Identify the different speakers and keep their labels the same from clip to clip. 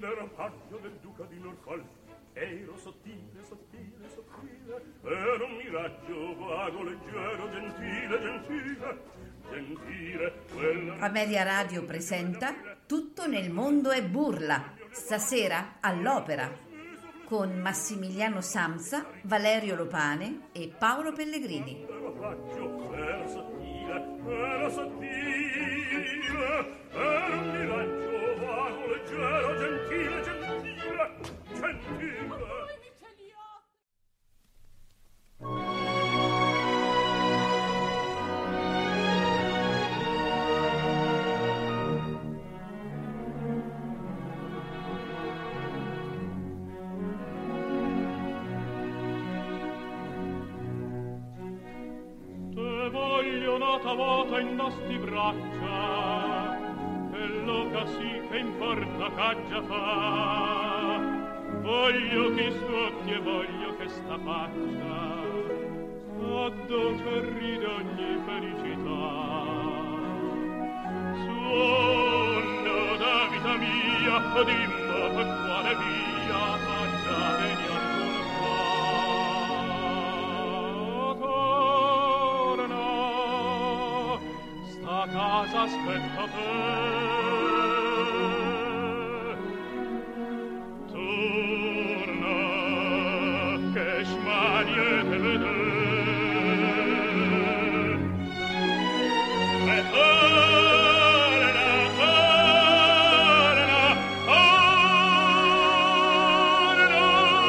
Speaker 1: era paggio del duca di Norfolk. Ero sottile, sottile, sottile, ero un miraggio vago, leggero, gentile, gentile, gentile. Quella...
Speaker 2: Ameria Radio presenta Tutto nel mondo è burla, stasera all'Opera, con Massimiliano Samsa, Valerio Lopane e Paolo Pellegrini.
Speaker 1: Era paggio, era sottile, era un miraggio vago, leggero, gentile, gentile, gentile.
Speaker 3: Nota vuota in nostri braccia, che loca sì che importa caggia fa. Voglio che stuocchi e voglio che sta faccia, sta dolce ride ogni felicità. Suono da vita mia, dimmo per quale via faccia venire ancora qua. Casa aspetta te, torna che smanie te vede, e torna, torna, torna,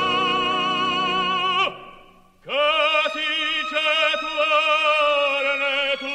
Speaker 3: che dice torna tu.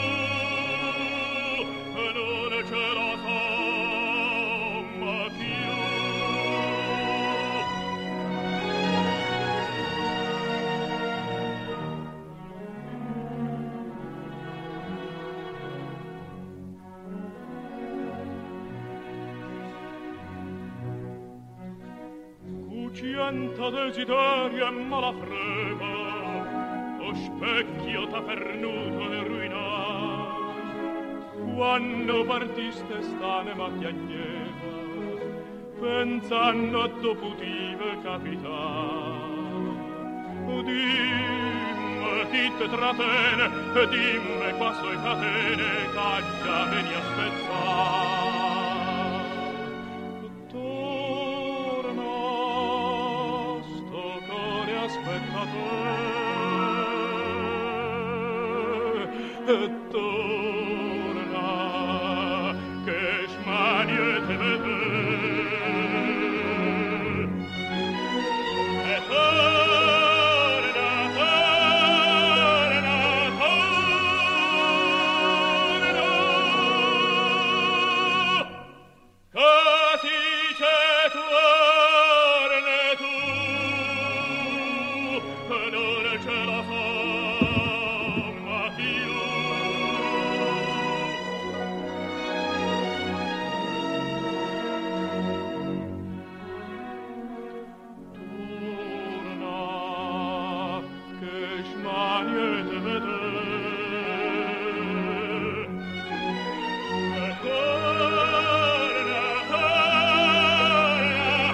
Speaker 3: Cucienta desiderio e malafreva, o specchio tapernuto e ruinato, quando partiste stane ma ti agneva, pensando a doputive capità. Dimmi chi te tratene, dimmi qua soi catene, caccia veni a spezzare. Aspetta te, e torna, che smanie te vede, e torna, torna, torna, così c'è torne tu. Non ce la fa ma più. Torna che smanie te vede, e torna, torna,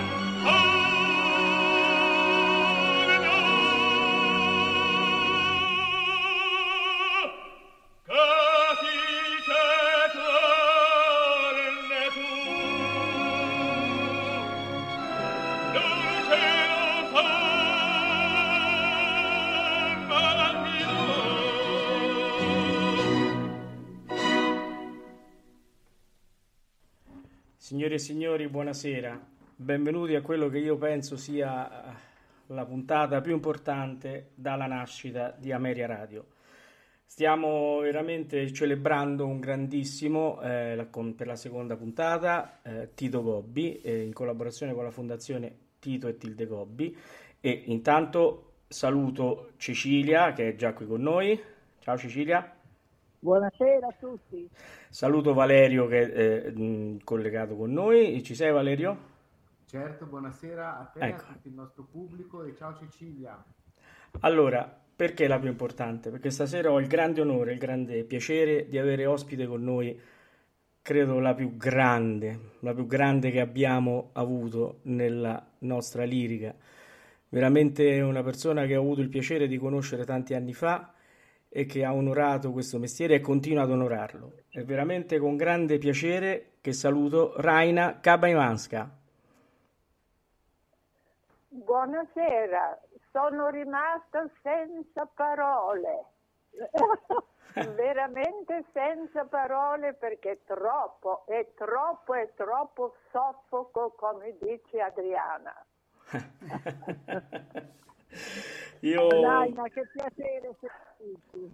Speaker 4: Signore e signori, buonasera. Benvenuti a quello che io penso sia la puntata più importante dalla nascita di Ameria Radio. Stiamo veramente celebrando un grandissimo, per la seconda puntata, Tito Gobbi, in collaborazione con la Fondazione Tito e Tilde Gobbi. E intanto saluto Cecilia, che è già qui con noi. Ciao Cecilia.
Speaker 5: Buonasera a tutti.
Speaker 4: Saluto Valerio che è collegato con noi. Ci sei, Valerio?
Speaker 6: Certo, buonasera a te,
Speaker 4: Ecco.
Speaker 6: a tutto il nostro pubblico e ciao Cecilia.
Speaker 4: Allora, perché è la più importante? Perché stasera ho il grande onore, il grande piacere di avere ospite con noi credo la più grande che abbiamo avuto nella nostra lirica. Veramente una persona che ho avuto il piacere di conoscere tanti anni fa e che ha onorato questo mestiere e continua ad onorarlo. È veramente con grande piacere che saluto Raina Kabaimanska.
Speaker 5: Buonasera, sono rimasta senza parole. Veramente senza parole, perché è troppo soffoco, come dice Adriana.
Speaker 6: Dai, ma che piacere sentirti.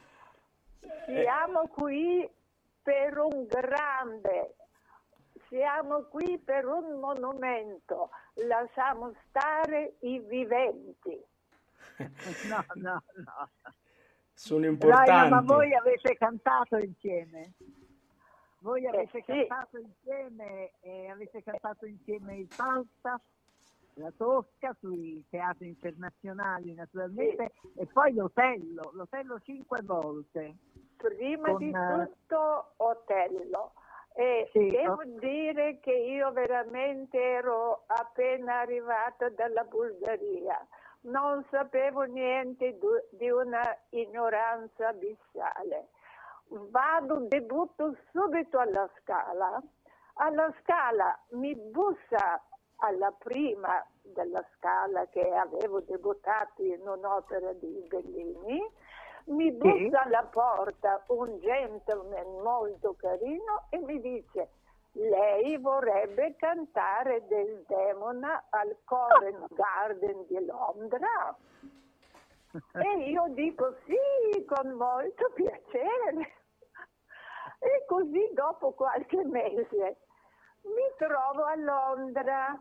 Speaker 5: Siamo qui per un grande, siamo qui per un monumento, lasciamo stare i viventi.
Speaker 6: No.
Speaker 4: Sono importanti.
Speaker 6: Dai, ma voi avete cantato insieme? Voi avete
Speaker 5: Sì.
Speaker 6: cantato insieme e avete cantato insieme il Falstaff, la Tosca, sui teatri internazionali naturalmente, e poi l'Otello 5 volte.
Speaker 5: Prima di tutto Otello. E
Speaker 6: Sì,
Speaker 5: devo dire che io veramente ero appena arrivata dalla Bulgaria. Non sapevo niente di una ignoranza abissale. Debutto subito alla Scala. Alla Scala mi bussa alla prima della Scala, che avevo debuttato in un'opera di Bellini. Mi bussa alla porta un gentleman molto carino e mi dice: lei vorrebbe cantare Desdemona al Covent Garden di Londra? E io dico sì, con molto piacere. E così dopo qualche mese mi trovo a Londra.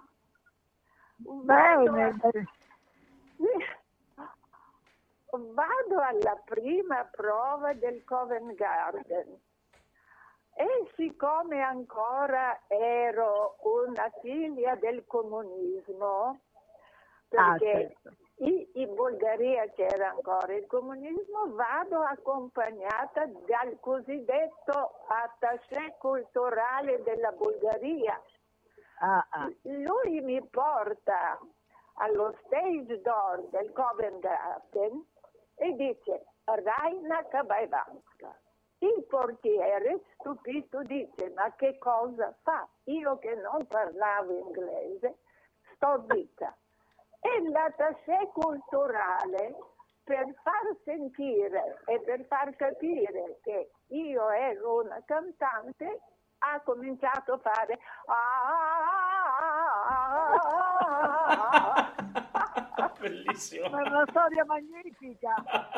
Speaker 5: Vado alla prima prova del Covent Garden. E siccome ancora ero una figlia del comunismo, perché in Bulgaria c'era ancora il comunismo, vado accompagnata dal cosiddetto attaché culturale della Bulgaria. Lui mi porta allo stage door del Covent Garden e dice: Raina Kabaimanska. Il portiere, stupito, dice: ma che cosa fa? Io che non parlavo inglese, sto zitta. E l'attaché culturale, per far sentire e per far capire che io ero una cantante, ha cominciato a fare
Speaker 4: Bellissimo.
Speaker 6: È una storia magnifica.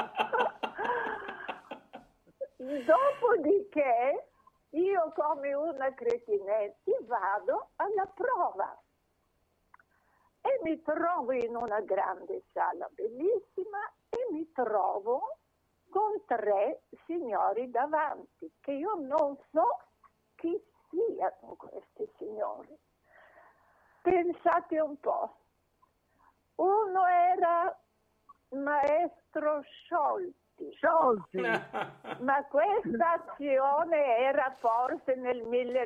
Speaker 5: Dopodiché io, come una cretinetti, vado alla prova e mi trovo in una grande sala bellissima e mi trovo con 3 signori davanti, che io non so chi siano questi signori. Pensate un po', uno era maestro Sciolti, ma questa azione era forse nel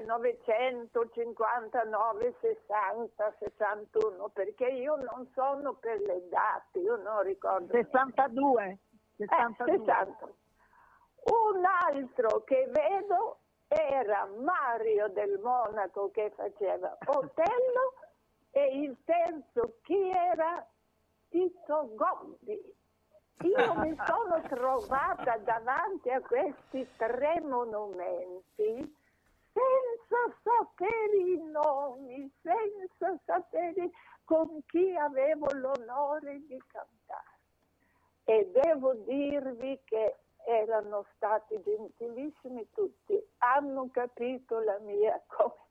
Speaker 5: 1959, 60, 61, perché io non sono per le date, io non ricordo.
Speaker 6: 62.
Speaker 5: 60. Un altro che vedo era Mario del Monaco, che faceva Otello, e il terzo chi era? Tito Gobbi. Io mi sono trovata davanti a questi 3 monumenti senza sapere i nomi, senza sapere con chi avevo l'onore di cantare. E devo dirvi che erano stati gentilissimi tutti, hanno capito la mia,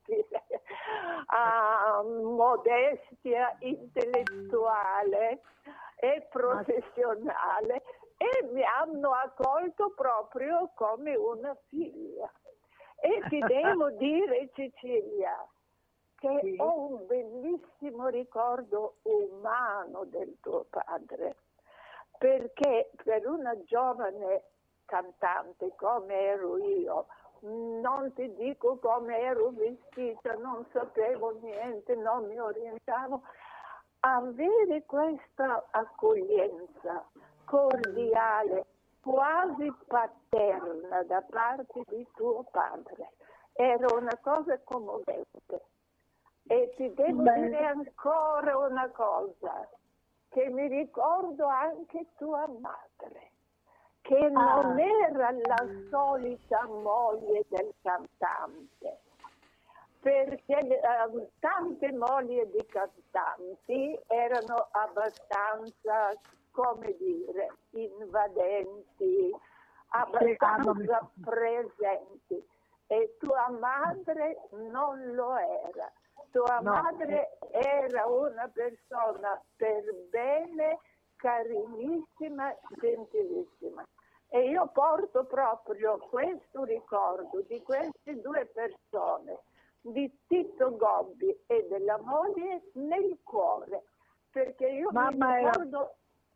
Speaker 5: modestia intellettuale e professionale, e mi hanno accolto proprio come una figlia. E ti devo dire, Cecilia, che ho un bellissimo ricordo umano del tuo padre, perché per una giovane cantante come ero io, non ti dico come ero vestita, non sapevo niente, non mi orientavo. Avere questa accoglienza cordiale, quasi paterna da parte di tuo padre, era una cosa commovente. E ti devo dire ancora una cosa, che mi ricordo anche tua madre, che non era la solita moglie del cantante, perché tante mogli di cantanti erano abbastanza, come dire, invadenti, abbastanza presenti, e tua madre non lo era. Tua madre era una persona per bene, carinissima, gentilissima. E io porto proprio questo ricordo di queste due persone, di Tito Gobbi e della moglie, nel cuore, perché io mi ricordo...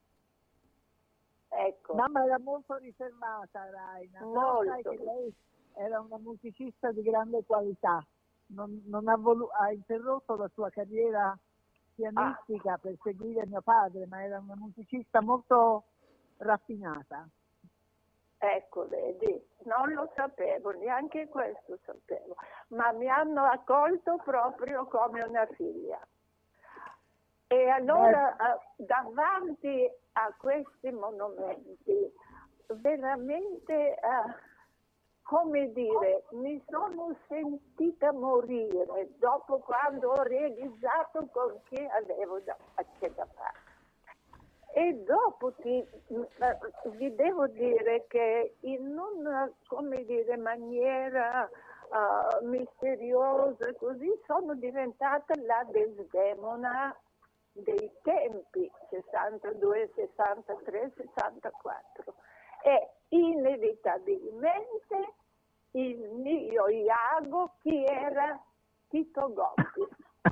Speaker 5: Ecco.
Speaker 6: Mamma era molto riservata, Raina, però sai che lei era una musicista di grande qualità, non ha interrotto la sua carriera pianistica per seguire mio padre, ma era una musicista molto raffinata.
Speaker 5: Ecco, vedi, non lo sapevo, neanche questo sapevo, ma mi hanno accolto proprio come una figlia. E allora davanti a questi monumenti, veramente, come dire, mi sono sentita morire dopo quando ho realizzato con chi avevo da fare. E dopo vi devo dire che in una, come dire, maniera misteriosa, così, sono diventata la Desdemona dei tempi 62, 63, 64, e inevitabilmente il mio Iago chi era? Tito Gobbi.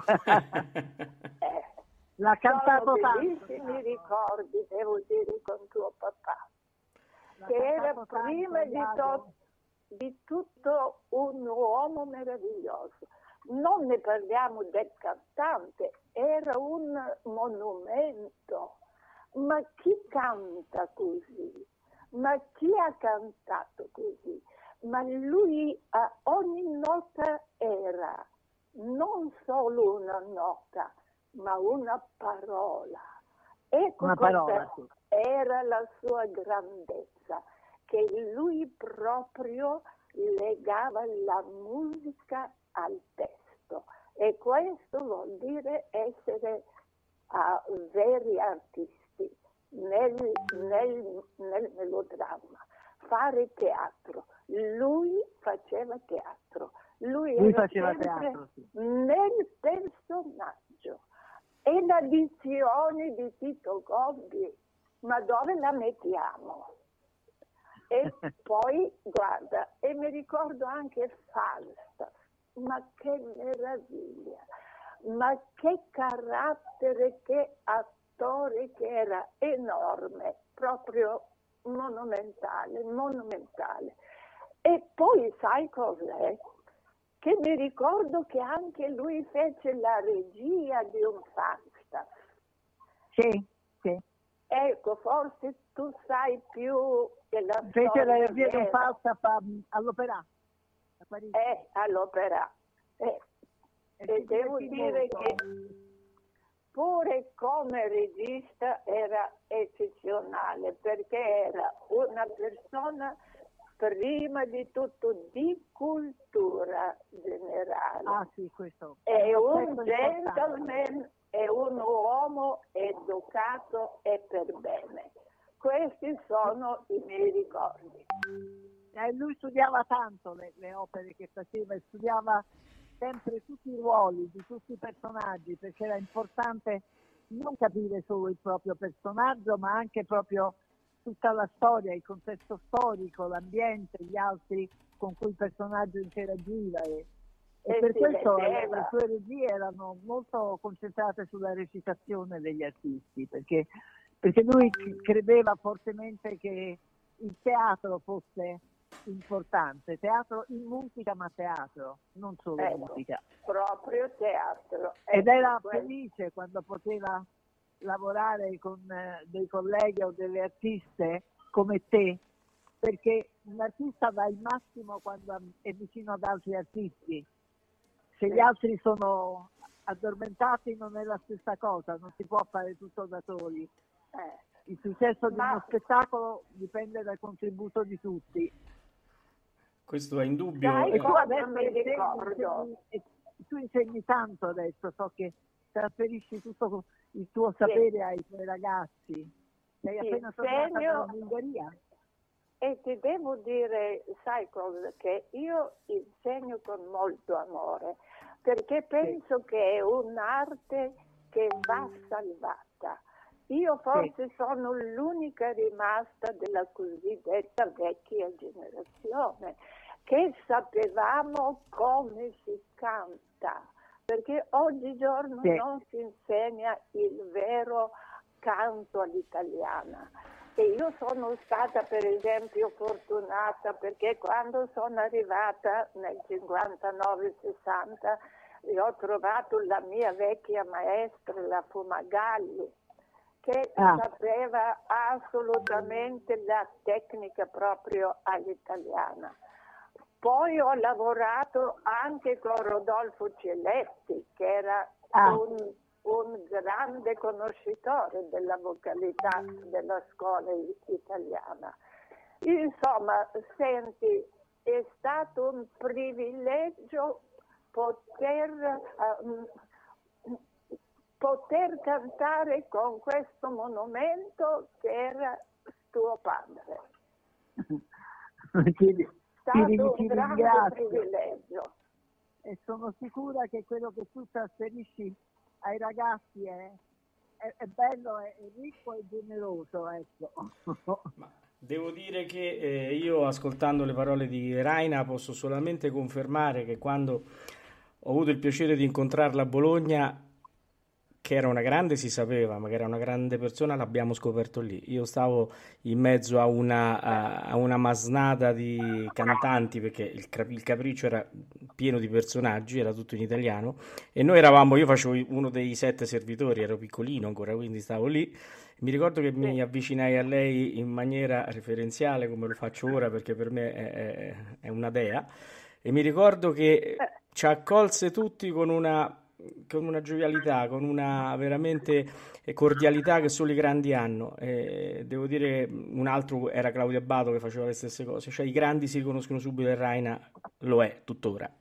Speaker 6: L'ha cantato
Speaker 5: sono
Speaker 6: tanto.
Speaker 5: Bellissimi ricordi, devo dire, con tuo papà, che era prima di tutto un uomo meraviglioso. Non ne parliamo del cantante, era un monumento. Ma chi canta così? Ma chi ha cantato così? Ma lui a ogni nota era non solo una nota, ma una parola. Ecco,
Speaker 6: una parola, sì.
Speaker 5: Era la sua grandezza, che lui proprio legava la musica al testo, e questo vuol dire essere veri artisti nel melodramma, fare teatro. Lui faceva teatro, lui era
Speaker 6: faceva
Speaker 5: sempre
Speaker 6: teatro, sì.
Speaker 5: Nel personaggio. E la dizione di Tito Gobbi, ma dove la mettiamo? E poi, guarda, e mi ricordo anche Falstaff, ma che meraviglia, ma che carattere, che attore, che era enorme, proprio monumentale. E poi sai cos'è? Che mi ricordo che anche lui fece la regia di un Falstaff.
Speaker 6: Sì, sì.
Speaker 5: Ecco, forse tu sai più della
Speaker 6: fece
Speaker 5: storia
Speaker 6: la regia di un
Speaker 5: vera.
Speaker 6: Falstaff all'Opéra, a Parigi.
Speaker 5: All'Opéra. E devo dire che pure come regista era eccezionale, perché era una persona prima di tutto di cultura generale.
Speaker 6: Ah sì, questo.
Speaker 5: È un gentleman, è un uomo educato e per bene. Questi sono i miei ricordi.
Speaker 6: Lui studiava tanto le opere che faceva, e studiava sempre tutti i ruoli di tutti i personaggi, perché era importante non capire solo il proprio personaggio, ma anche proprio tutta la storia, il contesto storico, l'ambiente, gli altri con cui il personaggio interagiva, e per questo le sue regie erano molto concentrate sulla recitazione degli artisti, perché lui credeva fortemente che il teatro fosse importante, teatro in musica, ma teatro, non solo musica.
Speaker 5: Proprio teatro.
Speaker 6: Ed era felice quando poteva lavorare con dei colleghi o delle artiste come te, perché un artista dà il massimo quando è vicino ad altri artisti. Se gli altri sono addormentati non è la stessa cosa, non si può fare tutto da soli. Il successo di uno spettacolo dipende dal contributo di tutti.
Speaker 4: Questo è indubbio.
Speaker 5: Dai,
Speaker 6: E tu adesso
Speaker 5: mi ricordo.
Speaker 6: tu insegni tanto adesso, so che trasferisci tutto il tuo sapere ai tuoi ragazzi. Sei appena tornata dalla Bulgaria.
Speaker 5: E ti devo dire, sai cosa, che io insegno con molto amore, perché penso che è un'arte che va salvata. Io forse sono l'unica rimasta della cosiddetta vecchia generazione, che sapevamo come si canta, perché oggigiorno non si insegna il vero canto all'italiana. E io sono stata per esempio fortunata perché quando sono arrivata nel 59-60 ho trovato la mia vecchia maestra, la Fumagalli, che sapeva assolutamente la tecnica proprio all'italiana. Poi ho lavorato anche con Rodolfo Celetti, che era un grande conoscitore della vocalità della scuola italiana. Insomma, senti, è stato un privilegio poter cantare con questo monumento che era tuo padre. È stato un grande privilegio.
Speaker 6: E sono sicura che quello che tu trasferisci ai ragazzi è bello, è ricco e generoso, ecco.
Speaker 4: Ma devo dire che io, ascoltando le parole di Raina, posso solamente confermare che quando ho avuto il piacere di incontrarla a Bologna, che era una grande si sapeva, ma che era una grande persona l'abbiamo scoperto lì. Io stavo in mezzo a una masnada di cantanti, perché il Capriccio era pieno di personaggi, era tutto in italiano, e noi eravamo, io facevo uno dei 7 servitori, ero piccolino ancora, quindi stavo lì. Mi ricordo che mi avvicinai a lei in maniera referenziale, come lo faccio ora, perché per me è una dea, e mi ricordo che ci accolse tutti con una giovialità, con una veramente cordialità che solo i grandi hanno. Devo dire, un altro era Claudio Abbato, che faceva le stesse cose, cioè i grandi si riconoscono subito, e Raina lo è tuttora.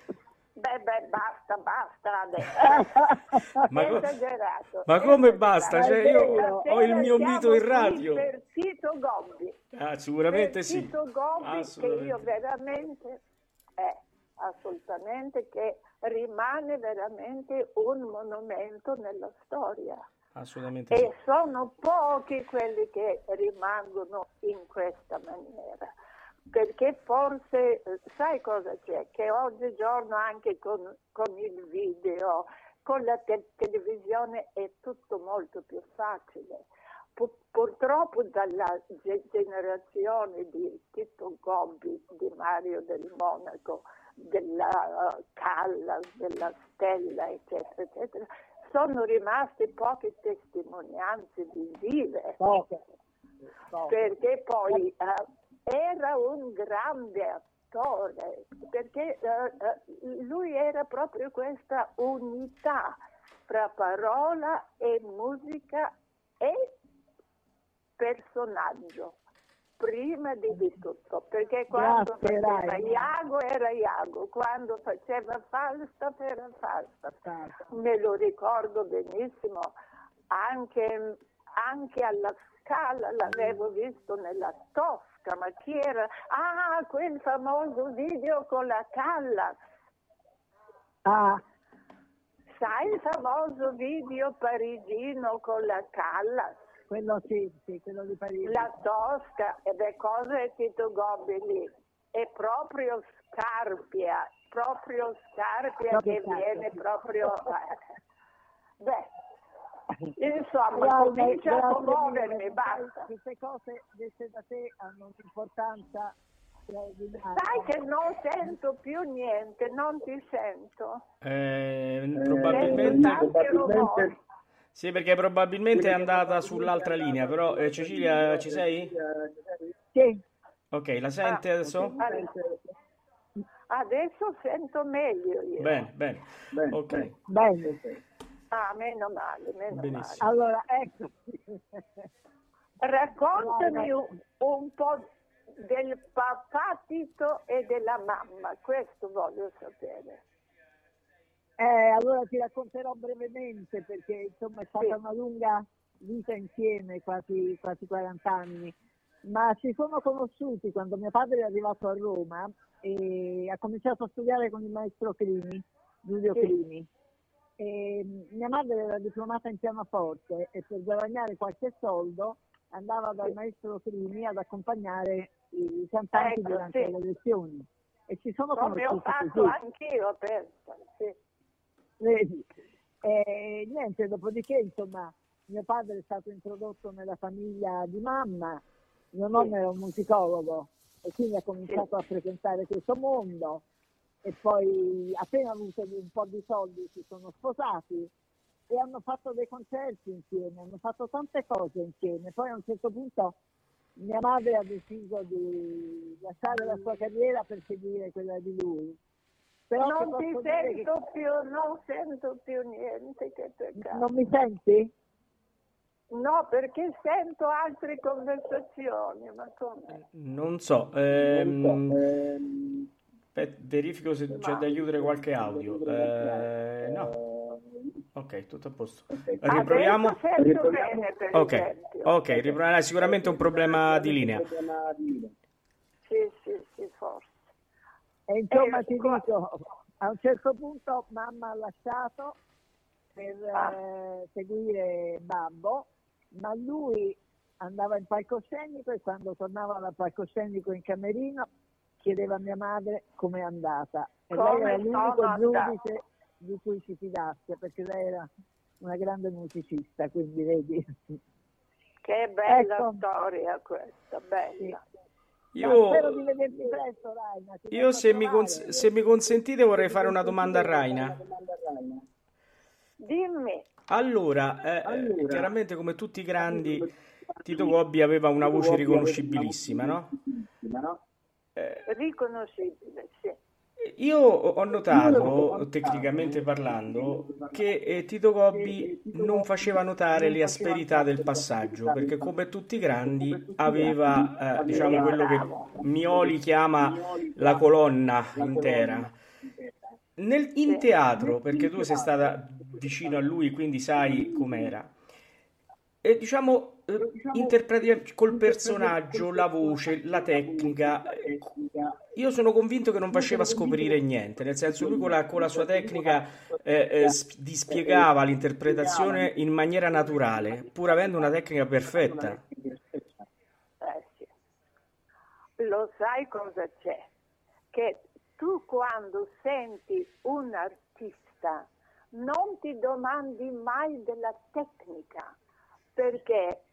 Speaker 5: Basta adesso.
Speaker 4: Ma come basta? Cioè, io ho il mio mito in radio.
Speaker 5: Per Tito Gobbi.
Speaker 4: Sicuramente sì.
Speaker 5: Tito Gobbi, che io veramente assolutamente, che rimane veramente un monumento nella storia.
Speaker 4: Assolutamente
Speaker 5: e
Speaker 4: sì.
Speaker 5: Sono pochi quelli che rimangono in questa maniera, perché forse sai cosa c'è? Che oggigiorno anche con il video, con la televisione è tutto molto più facile. Purtroppo dalla generazione di Tito Gobbi, di Mario del Monaco, della Callas, della Stella, eccetera, eccetera, sono rimaste poche testimonianze visive, perché poi era un grande attore, perché lui era proprio questa unità fra parola e musica e personaggio, prima di tutto, perché quando faceva Iago era Iago, quando faceva Falstaff era Falstaff. Me lo ricordo benissimo, anche alla Scala l'avevo visto nella Tosca, ma chi era? Quel famoso video con la Callas. Sai il famoso video parigino con la Callas?
Speaker 6: Quello sì, quello di Parigi.
Speaker 5: La Tosca, cosa è Tito Gobbi lì? È proprio Scarpia che viene proprio... insomma, comincia a commuovermi, basta.
Speaker 6: Queste cose dette da te hanno un'importanza
Speaker 5: Sai che non sento più niente, non ti sento.
Speaker 4: Probabilmente sì, perché probabilmente è andata sull'altra linea, però Cecilia, ci sei?
Speaker 6: Sì.
Speaker 4: Ok, la sente adesso?
Speaker 5: Adesso sento meglio io.
Speaker 4: Bene, ok.
Speaker 6: Bene.
Speaker 5: Ah, meno male.
Speaker 4: Benissimo.
Speaker 6: Allora, ecco.
Speaker 5: Raccontami un po' del papà Tito e della mamma, questo voglio sapere.
Speaker 6: Allora ti racconterò brevemente perché insomma è stata una lunga vita insieme, quasi 40 anni, ma ci sono conosciuti quando mio padre è arrivato a Roma e ha cominciato a studiare con il maestro Clini, Giulio Clini. E mia madre era diplomata in pianoforte e per guadagnare qualche soldo andava dal maestro Clini ad accompagnare i cantanti durante le lezioni. E ci sono
Speaker 5: come ho
Speaker 6: conosciuti
Speaker 5: fatto
Speaker 6: così.
Speaker 5: anch'io, penso, sì.
Speaker 6: Vedi. Niente, dopodiché insomma mio padre è stato introdotto nella famiglia di mamma, mio nonno era un musicologo e quindi ha cominciato a frequentare questo mondo e poi appena avuto un po' di soldi si sono sposati e hanno fatto dei concerti insieme, hanno fatto tante cose insieme, poi a un certo punto mia madre ha deciso di lasciare la sua carriera per seguire quella di lui. Però
Speaker 5: non sento più niente, che peccato.
Speaker 6: Non mi senti?
Speaker 5: No, perché sento altre conversazioni, ma come?
Speaker 4: Non so, verifico se c'è da chiudere qualche audio. No. Ok, tutto a posto. Riproviamo.
Speaker 5: Adesso sento bene, per esempio.
Speaker 4: Ok, riproviamo. È sicuramente un problema di linea.
Speaker 5: Sì, forse.
Speaker 6: E insomma ti dico, a un certo punto mamma ha lasciato per seguire babbo, ma lui andava in palcoscenico e quando tornava dal palcoscenico in camerino chiedeva a mia madre com'è andata. E lei era l'unico giudice di cui si fidasse, perché lei era una grande musicista, quindi vedi.
Speaker 5: Che bella storia questa, bella.
Speaker 6: Spero di vederti presto, Raina.
Speaker 4: Io se mi consentite vorrei fare una domanda a Raina.
Speaker 5: Dimmi.
Speaker 4: Allora, chiaramente come tutti i grandi, Tito Gobbi aveva una voce riconoscibilissima, no?
Speaker 5: Riconoscibile, sì.
Speaker 4: Io ho notato, tecnicamente parlando, che Tito Gobbi non faceva notare le asperità del passaggio, perché come tutti i grandi aveva, diciamo, quello che Mioli chiama la colonna intera. In teatro, perché tu sei stata vicino a lui, quindi sai com'era, e diciamo, interpreti col personaggio, la voce, la tecnica. Io sono convinto che non faceva scoprire niente, nel senso lui con la sua tecnica dispiegava l'interpretazione in maniera naturale, pur avendo una tecnica perfetta.
Speaker 5: Sì. Lo sai cosa c'è? Che tu quando senti un artista non ti domandi mai della tecnica, perché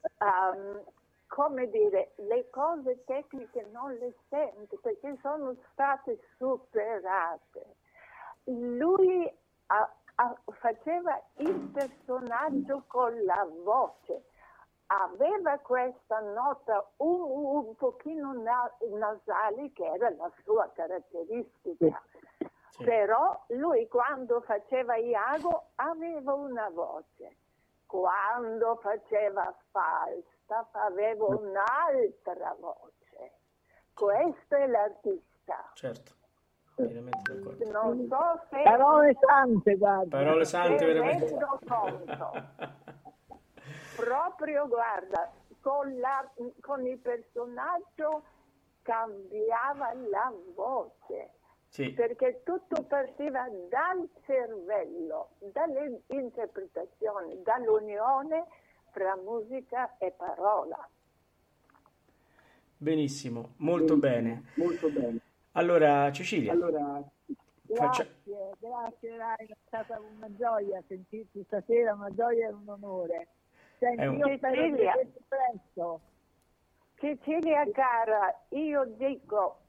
Speaker 5: come dire, le cose tecniche non le senti perché sono state superate. Lui faceva il personaggio con la voce, aveva questa nota un pochino nasale che era la sua caratteristica. Sì. Però lui quando faceva Iago aveva una voce, quando faceva Falstaff aveva un'altra voce. Questo è l'artista.
Speaker 4: Certo, veramente d'accordo.
Speaker 5: Non so se...
Speaker 6: Parole sante, guarda.
Speaker 4: Parole sante, veramente.
Speaker 5: Rendo conto. Proprio, guarda, con il personaggio cambiava la voce. Sì. Perché tutto partiva dal cervello, dalle interpretazioni, dall'unione fra musica e parola.
Speaker 4: Benissimo, molto bene. Molto bene. Allora, Cecilia.
Speaker 6: Grazie Raina, è stata una gioia sentirti stasera, una gioia e un onore. Senti, io spero di vederti presto.
Speaker 5: Cecilia cara, io dico,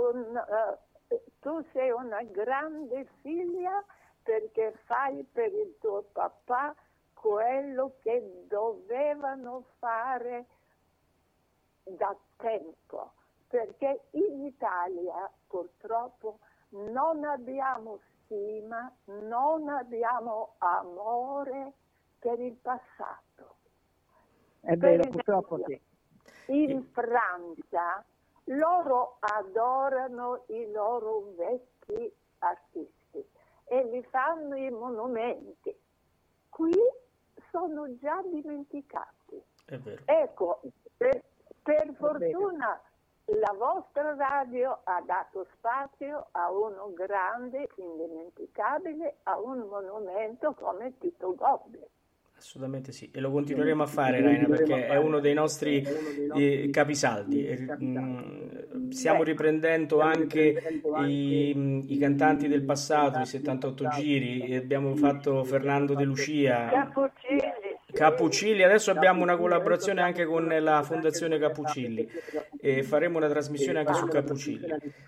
Speaker 5: tu sei una grande figlia perché fai per il tuo papà quello che dovevano fare da tempo, perché in Italia purtroppo non abbiamo stima, non abbiamo amore per il passato.
Speaker 6: È vero, purtroppo sì.
Speaker 5: In Francia loro adorano i loro vecchi artisti e li fanno i monumenti. Qui sono già dimenticati.
Speaker 4: È vero.
Speaker 5: Ecco, per fortuna la vostra radio ha dato spazio a uno grande, indimenticabile, a un monumento come Tito Gobbi.
Speaker 4: Assolutamente sì, e lo continueremo a fare, Raina, perché è uno dei nostri capisaldi. Stiamo riprendendo anche i cantanti del passato, i 78 giri, abbiamo fatto Fernando De Lucia, Cappuccilli, adesso abbiamo una collaborazione anche con la Fondazione Cappuccilli e faremo una trasmissione anche su Cappuccilli.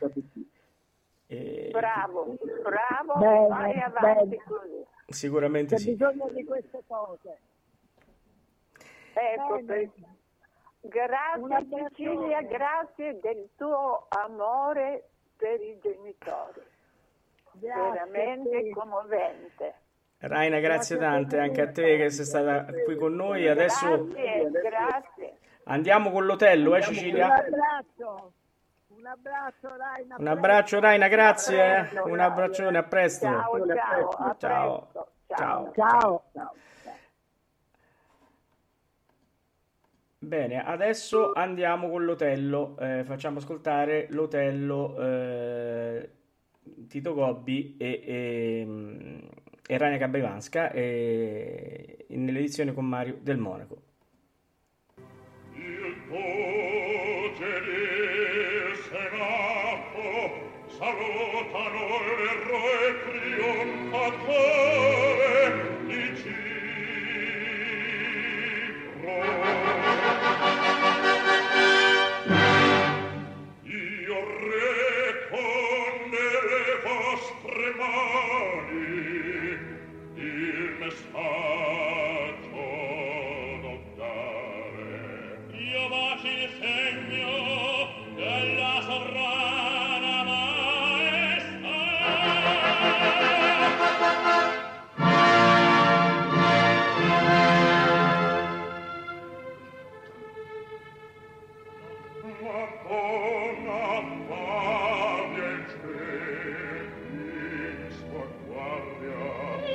Speaker 5: Bravo,
Speaker 6: Bene,
Speaker 5: vai avanti
Speaker 6: bene.
Speaker 5: così.
Speaker 4: Sicuramente
Speaker 6: C'è
Speaker 4: sì.
Speaker 6: bisogno di queste cose.
Speaker 5: Ecco,
Speaker 6: Bene. Un
Speaker 5: grazie
Speaker 6: abbraccione.
Speaker 5: Cecilia, grazie del tuo amore per i genitori. Veramente
Speaker 6: sì.
Speaker 5: commovente.
Speaker 4: Raina, grazie tante anche a te che sei stata qui con noi. Adesso
Speaker 5: Grazie.
Speaker 4: andiamo con l'Otello, Cecilia?
Speaker 6: Un abbraccio, Raina.
Speaker 4: Un abbraccio, Raina, grazie. Un abbraccione, a presto.
Speaker 5: Ciao, a
Speaker 4: Ciao.
Speaker 5: presto.
Speaker 4: Ciao.
Speaker 6: Ciao.
Speaker 4: Bene, adesso andiamo con l'Otello. Facciamo ascoltare l'Otello Tito Gobbi e Raina Kabaivanska nell'edizione con Mario Del Monaco.
Speaker 3: Il voce del Senato salutano l'eroe trionfatore di Cipro. Io reco nelle vostre mani il messaggio d'Ottare. Io baci il segno della sovrana maestà. Madonna Fabia il cielo in sua guardia.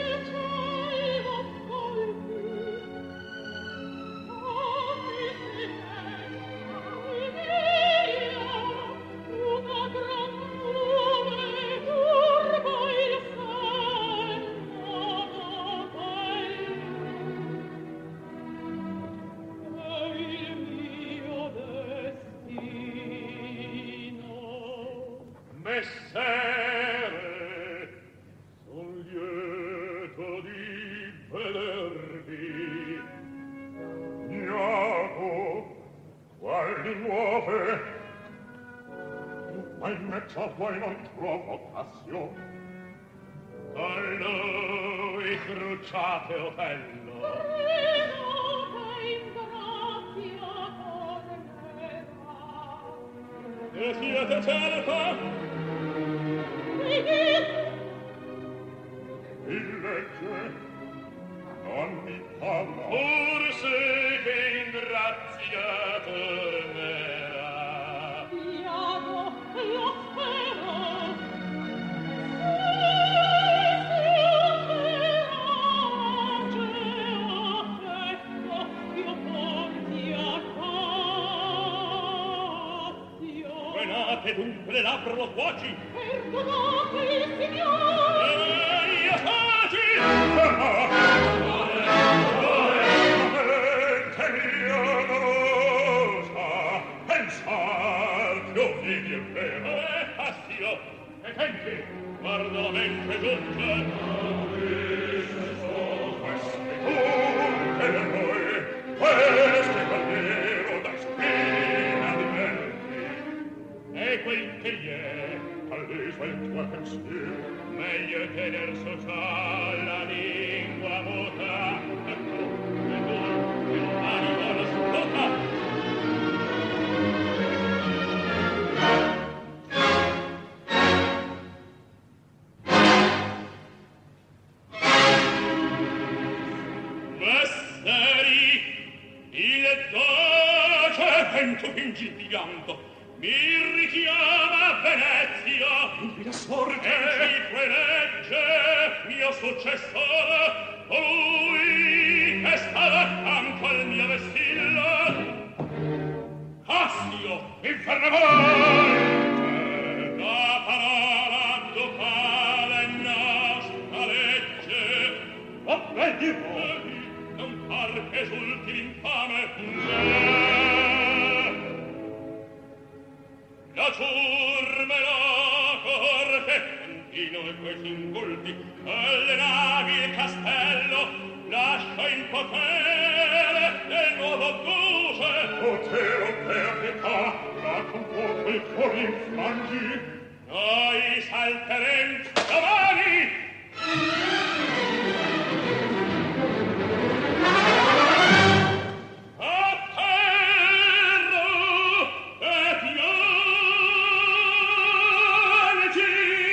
Speaker 3: Messere, son lieto di vedervi. Iago, quali nuove? Ma in mezzo a voi non trovo passione. Con lui cruciate Otello. E siete certa? Il legge non mi parla. Forse che in grazia tornerà. Iago, lo spero. Venate dunque le labbra loquaci. Perdonate il Signore. Io taci. Mente mia dolorosa, pensar che Ovidio è vero. Astio, e tempi, guarda la mente giunta. Questi tu e noi, questi cavaliero da spina. sento fingi di pianto, mi richiama Venezia,
Speaker 1: la sorte,
Speaker 3: e ci prelegge mio successore, colui che stava accanto al mio vessillo. Cassio,
Speaker 1: infernamente,
Speaker 3: la parola ducale nostra legge, non par che esulti l'infame, la ciurme la corte, Antino e quei singulti, alle navi il castello, lascia in potere del nuovo duce.
Speaker 1: potere per pietà, la con fuoco il cuore infrangi,
Speaker 3: Noi salterem domani! A terra e piangi!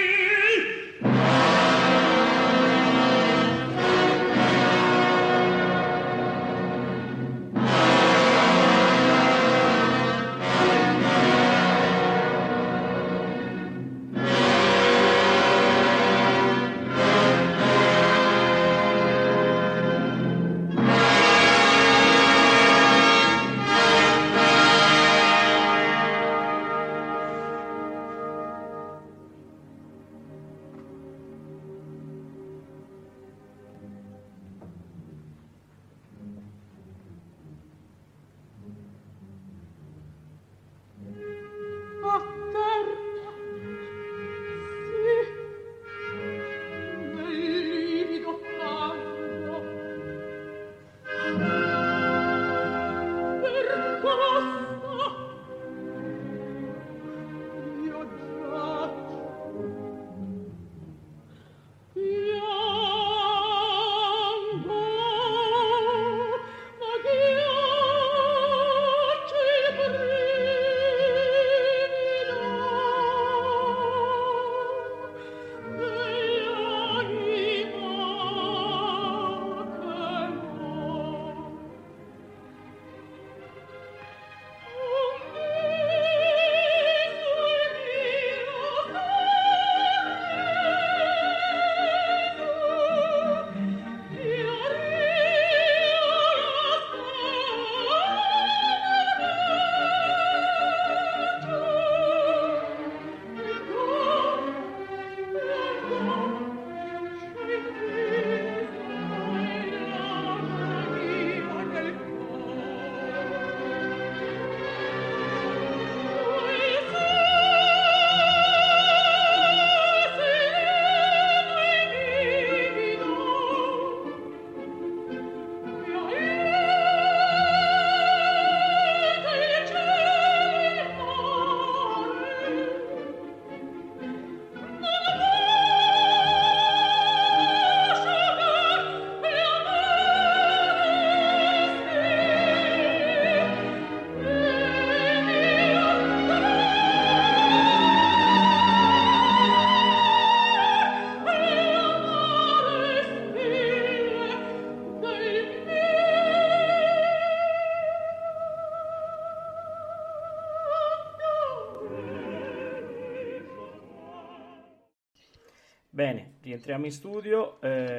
Speaker 4: Bene, rientriamo in studio,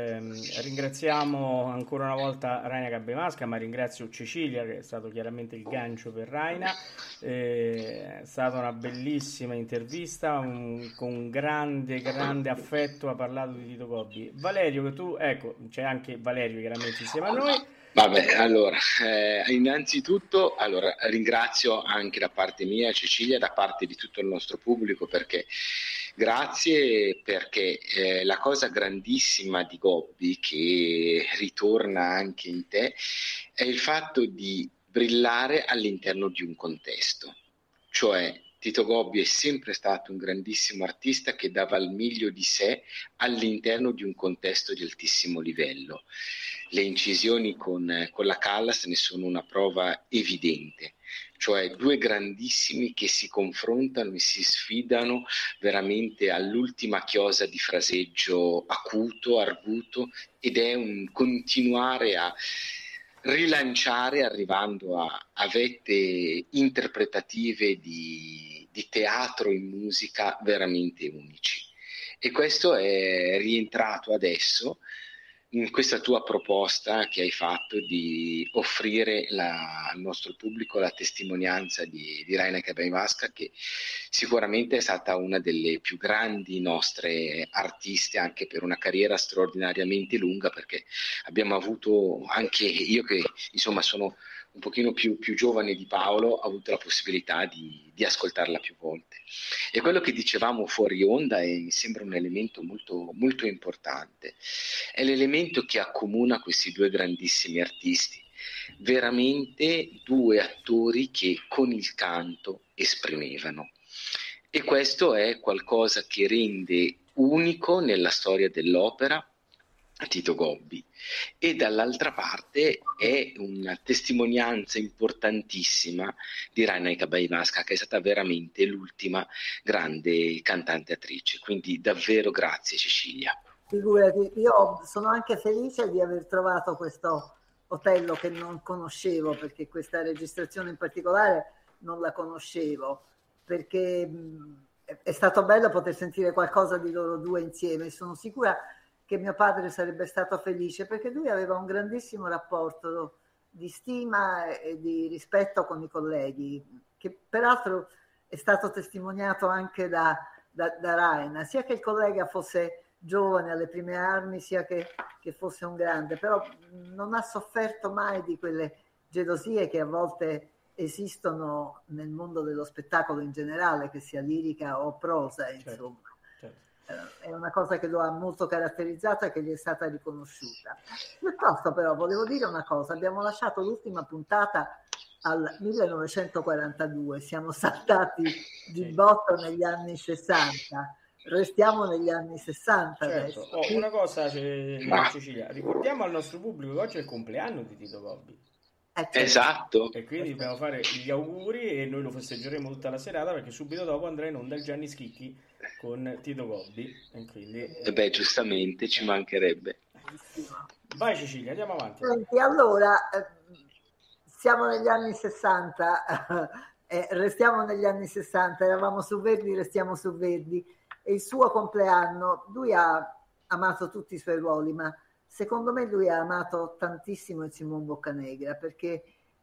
Speaker 4: ringraziamo ancora una volta Raina Gabbemasca, ma ringrazio Cecilia che è stato chiaramente il gancio per Raina, è stata una bellissima intervista, con grande affetto ha parlato di Tito Gobbi. Valerio, che tu, ecco, c'è anche Valerio chiaramente insieme a noi.
Speaker 7: Vabbè, allora, innanzitutto ringrazio anche da parte mia, Cecilia, da parte di tutto il nostro pubblico, perché grazie, perché la cosa grandissima di Gobbi, che ritorna anche in te, è il fatto di brillare all'interno di un contesto. Cioè, Tito Gobbi è sempre stato un grandissimo artista che dava il meglio di sé all'interno di un contesto di altissimo livello. Le incisioni con la Callas ne sono una prova evidente, cioè due grandissimi che si confrontano e si sfidano veramente all'ultima chiosa di fraseggio acuto, arguto, ed è un continuare a rilanciare arrivando a vette interpretative di teatro e musica veramente unici. E questo è rientrato adesso in questa tua proposta che hai fatto di offrire al nostro pubblico la testimonianza di Raina Kabayvaska, che sicuramente è stata una delle più grandi nostre artiste, anche per una carriera straordinariamente lunga, perché abbiamo avuto, anche io che insomma sono un pochino più giovane di Paolo, ho avuto la possibilità di ascoltarla più volte. E quello che dicevamo fuori onda mi sembra un elemento molto, molto importante. È l'elemento che accomuna questi due grandissimi artisti, veramente due attori che con il canto esprimevano. E questo è qualcosa che rende unico nella storia dell'opera Tito Gobbi, e dall'altra parte è una testimonianza importantissima di Raina Kabayvaska, che è stata veramente l'ultima grande cantante attrice. Quindi davvero grazie Cecilia.
Speaker 6: Figurati, io sono anche felice di aver trovato questo Otello che non conoscevo, perché questa registrazione in particolare non la conoscevo, perché è stato bello poter sentire qualcosa di loro due insieme. Sono sicura che mio padre sarebbe stato felice, perché lui aveva un grandissimo rapporto di stima e di rispetto con i colleghi, che peraltro è stato testimoniato anche da Raina, sia che il collega fosse giovane alle prime armi, sia che fosse un grande, però non ha sofferto mai di quelle gelosie che a volte esistono nel mondo dello spettacolo in generale, che sia lirica o prosa, insomma. È una cosa che lo ha molto caratterizzato e che gli è stata riconosciuta. Piuttosto però volevo dire una cosa: abbiamo lasciato l'ultima puntata al 1942, siamo saltati di botto negli anni 60, restiamo negli anni 60 adesso.
Speaker 4: Una cosa, Cecilia, ricordiamo al nostro pubblico che oggi è il compleanno di Tito Gobbi.
Speaker 7: Esatto.
Speaker 4: E quindi dobbiamo fare gli auguri e noi lo festeggeremo tutta la serata, perché subito dopo andrà in onda il Gianni Schicchi con Tito Gobbi, e quindi
Speaker 7: giustamente ci mancherebbe.
Speaker 4: Vai Cecilia, andiamo avanti.
Speaker 6: Senti, allora siamo negli anni 60, restiamo negli anni 60, eravamo su Verdi, restiamo su Verdi, e il suo compleanno, lui ha amato tutti i suoi ruoli, ma secondo me lui ha amato tantissimo il Simone Boccanegra, perché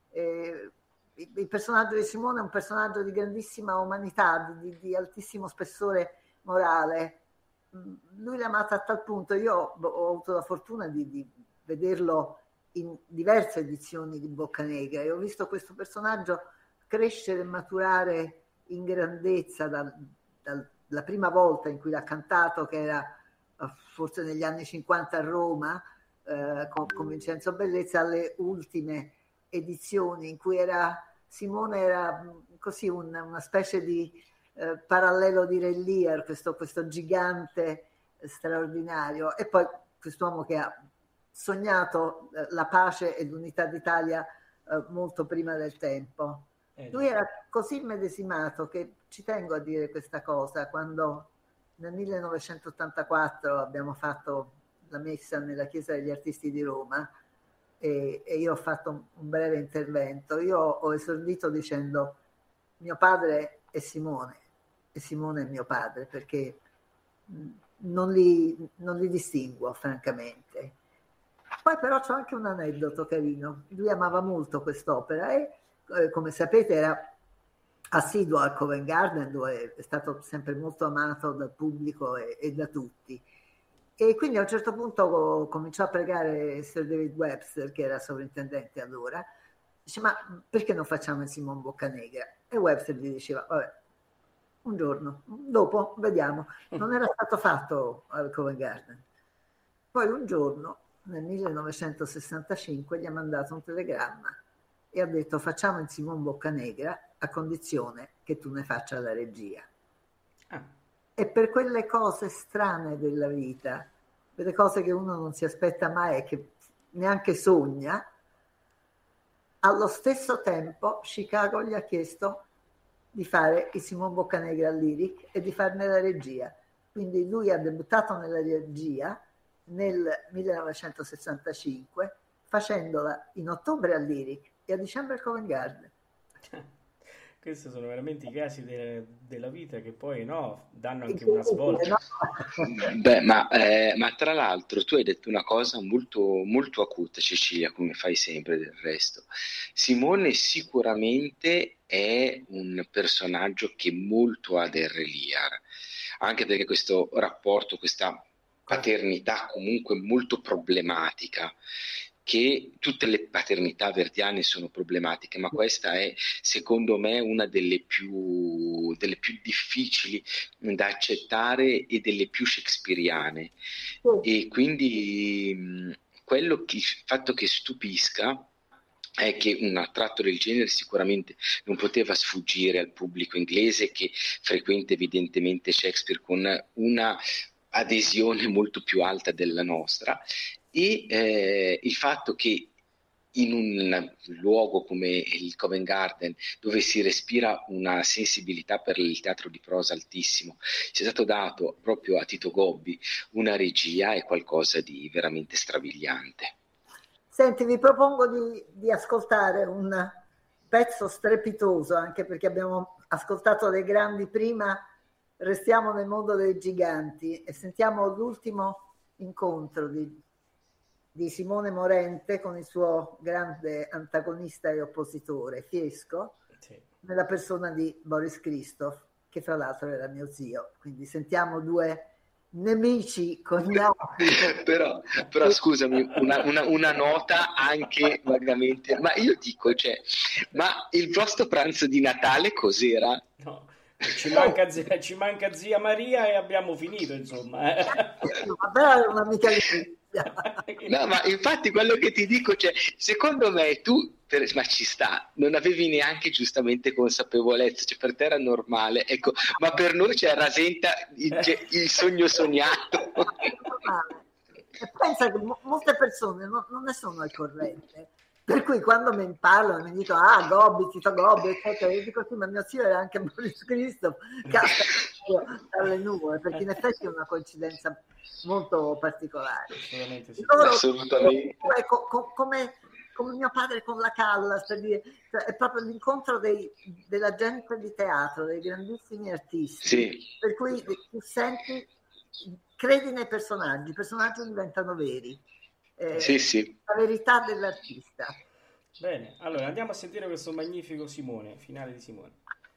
Speaker 6: il personaggio di Simone è un personaggio di grandissima umanità, di altissimo spessore morale. Lui l'ha amata a tal punto. Io ho avuto la fortuna di vederlo in diverse edizioni di Boccanegra e ho visto questo personaggio crescere e maturare in grandezza dalla prima volta in cui l'ha cantato, che era forse negli anni 50 a Roma, con Vincenzo Bellezza, alle ultime edizioni in cui Simone era così una specie di parallelo di Re Lear, questo gigante straordinario, e poi quest'uomo che ha sognato la pace e l'unità d'Italia molto prima del tempo. Lui era così immedesimato, che ci tengo a dire questa cosa, quando nel 1984 abbiamo fatto la messa nella Chiesa degli Artisti di Roma e io ho fatto un breve intervento. Io ho esordito dicendo: mio padre è Simone e Simone è mio padre, perché non li distinguo francamente. Poi però c'è anche un aneddoto carino. Lui amava molto quest'opera e come sapete era assiduo al Covent Garden, dove è stato sempre molto amato dal pubblico e da tutti. E quindi a un certo punto cominciò a pregare Sir David Webster, che era sovrintendente allora, dice: ma perché non facciamo il Simone Boccanegra? E Webster gli diceva: vabbè, un giorno, dopo vediamo. Non era stato fatto al Covent Garden. Poi un giorno, nel 1965, gli ha mandato un telegramma e ha detto: facciamo il Simone Boccanegra a condizione che tu ne faccia la regia. E per quelle cose strane della vita, per le cose che uno non si aspetta mai e che neanche sogna, allo stesso tempo Chicago gli ha chiesto di fare il Simone Boccanegra al Lyric e di farne la regia. Quindi lui ha debuttato nella regia nel 1965,
Speaker 8: facendola in ottobre al Lyric e a dicembre al Covent Garden.
Speaker 4: Questi sono veramente i casi della vita che poi danno anche una svolta.
Speaker 7: Beh, ma tra l'altro tu hai detto una cosa molto, molto acuta, Cecilia, come fai sempre del resto. Simone sicuramente è un personaggio che molto ha del Reliar, anche perché questo rapporto, questa paternità comunque molto problematica, che tutte le paternità verdiane sono problematiche, ma questa è secondo me una delle più difficili da accettare e delle più shakespeariane. E quindi il fatto che stupisca è che un tratto del genere sicuramente non poteva sfuggire al pubblico inglese, che frequenta evidentemente Shakespeare con una adesione molto più alta della nostra, e il fatto che in un luogo come il Covent Garden, dove si respira una sensibilità per il teatro di prosa altissimo, sia stato dato proprio a Tito Gobbi una regia, è qualcosa di veramente strabiliante.
Speaker 8: Senti, vi propongo di ascoltare un pezzo strepitoso, anche perché abbiamo ascoltato dei grandi prima. Restiamo nel mondo dei giganti e sentiamo l'ultimo incontro di Simone Morente con il suo grande antagonista e oppositore Fiesco, sì, nella persona di Boris Christoph, che fra l'altro era mio zio. Quindi sentiamo due nemici con gli occhi.
Speaker 7: però scusami, una nota anche vagamente, ma io dico, ma il vostro pranzo di Natale cos'era?
Speaker 4: No. Ci manca zia Maria e abbiamo finito, insomma.
Speaker 8: Vabbè, una mica di...
Speaker 7: No, ma infatti quello che ti dico, secondo me tu, ma ci sta, non avevi neanche giustamente consapevolezza, per te era normale, ecco, ma per noi rasenta il sogno sognato.
Speaker 8: E pensa che molte persone non ne sono al corrente. Per cui quando mi parlano mi dicono Gobbi, Tito Gobbi, eccetera, io dico sì, ma mio zio era anche Boris Christoph, dalle nuvole, perché in effetti è una coincidenza molto particolare.
Speaker 4: Assolutamente sì.
Speaker 7: Assolutamente.
Speaker 8: Come mio padre con la Callas, per dire, è proprio l'incontro della gente di teatro, dei grandissimi artisti,
Speaker 7: sì,
Speaker 8: per cui tu senti, credi nei personaggi, i personaggi diventano veri.
Speaker 7: Sì.
Speaker 8: La verità dell'artista.
Speaker 4: Bene, allora andiamo a sentire questo magnifico Simone, finale di Simone.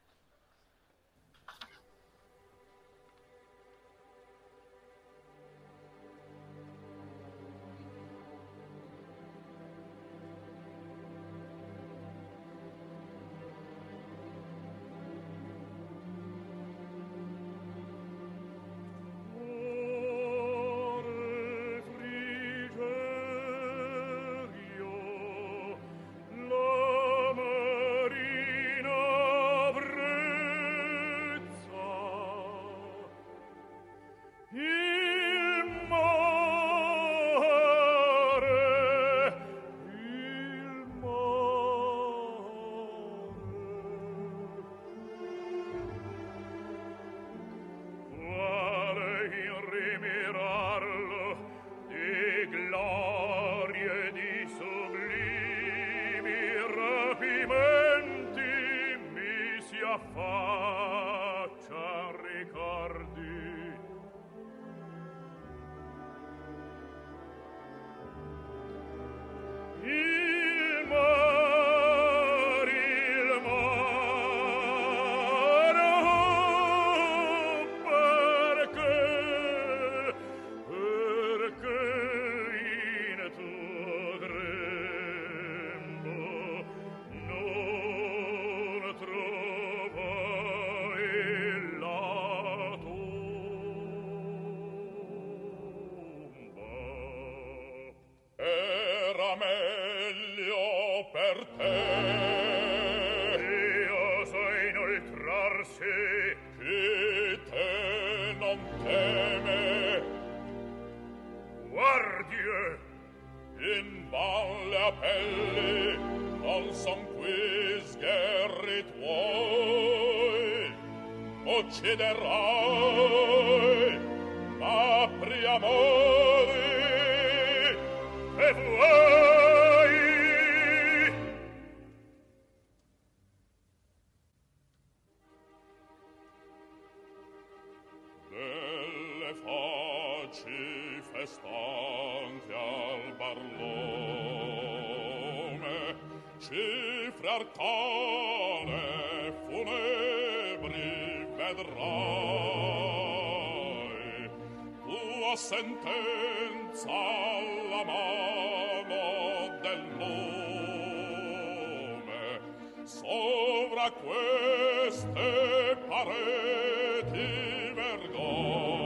Speaker 3: Ucciderai, apri amore e vuoi cifre arcane funebri vedrai, tua sentenza alla mano del nome, sovra queste pareti vergò,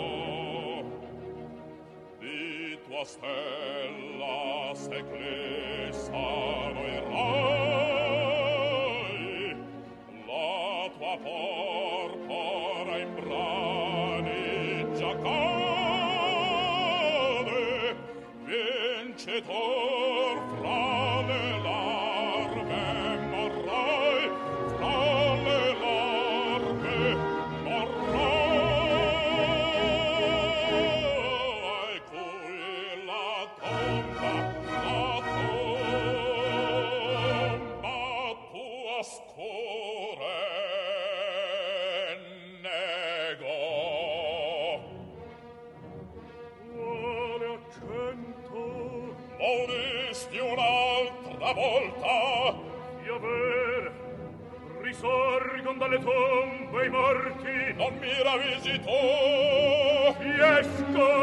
Speaker 3: di tua stella s'eclissano i rai, la tua porpora in brani già cade, vincitor fra le larve morrai, fra le larve morrai, cui la tomba tua scure negò.
Speaker 1: Quale accento
Speaker 3: L'udisti un'altra volta,
Speaker 1: sia ver, risorgon dalle tombe i morti,
Speaker 3: non mi ravvisi tu,
Speaker 1: riesco,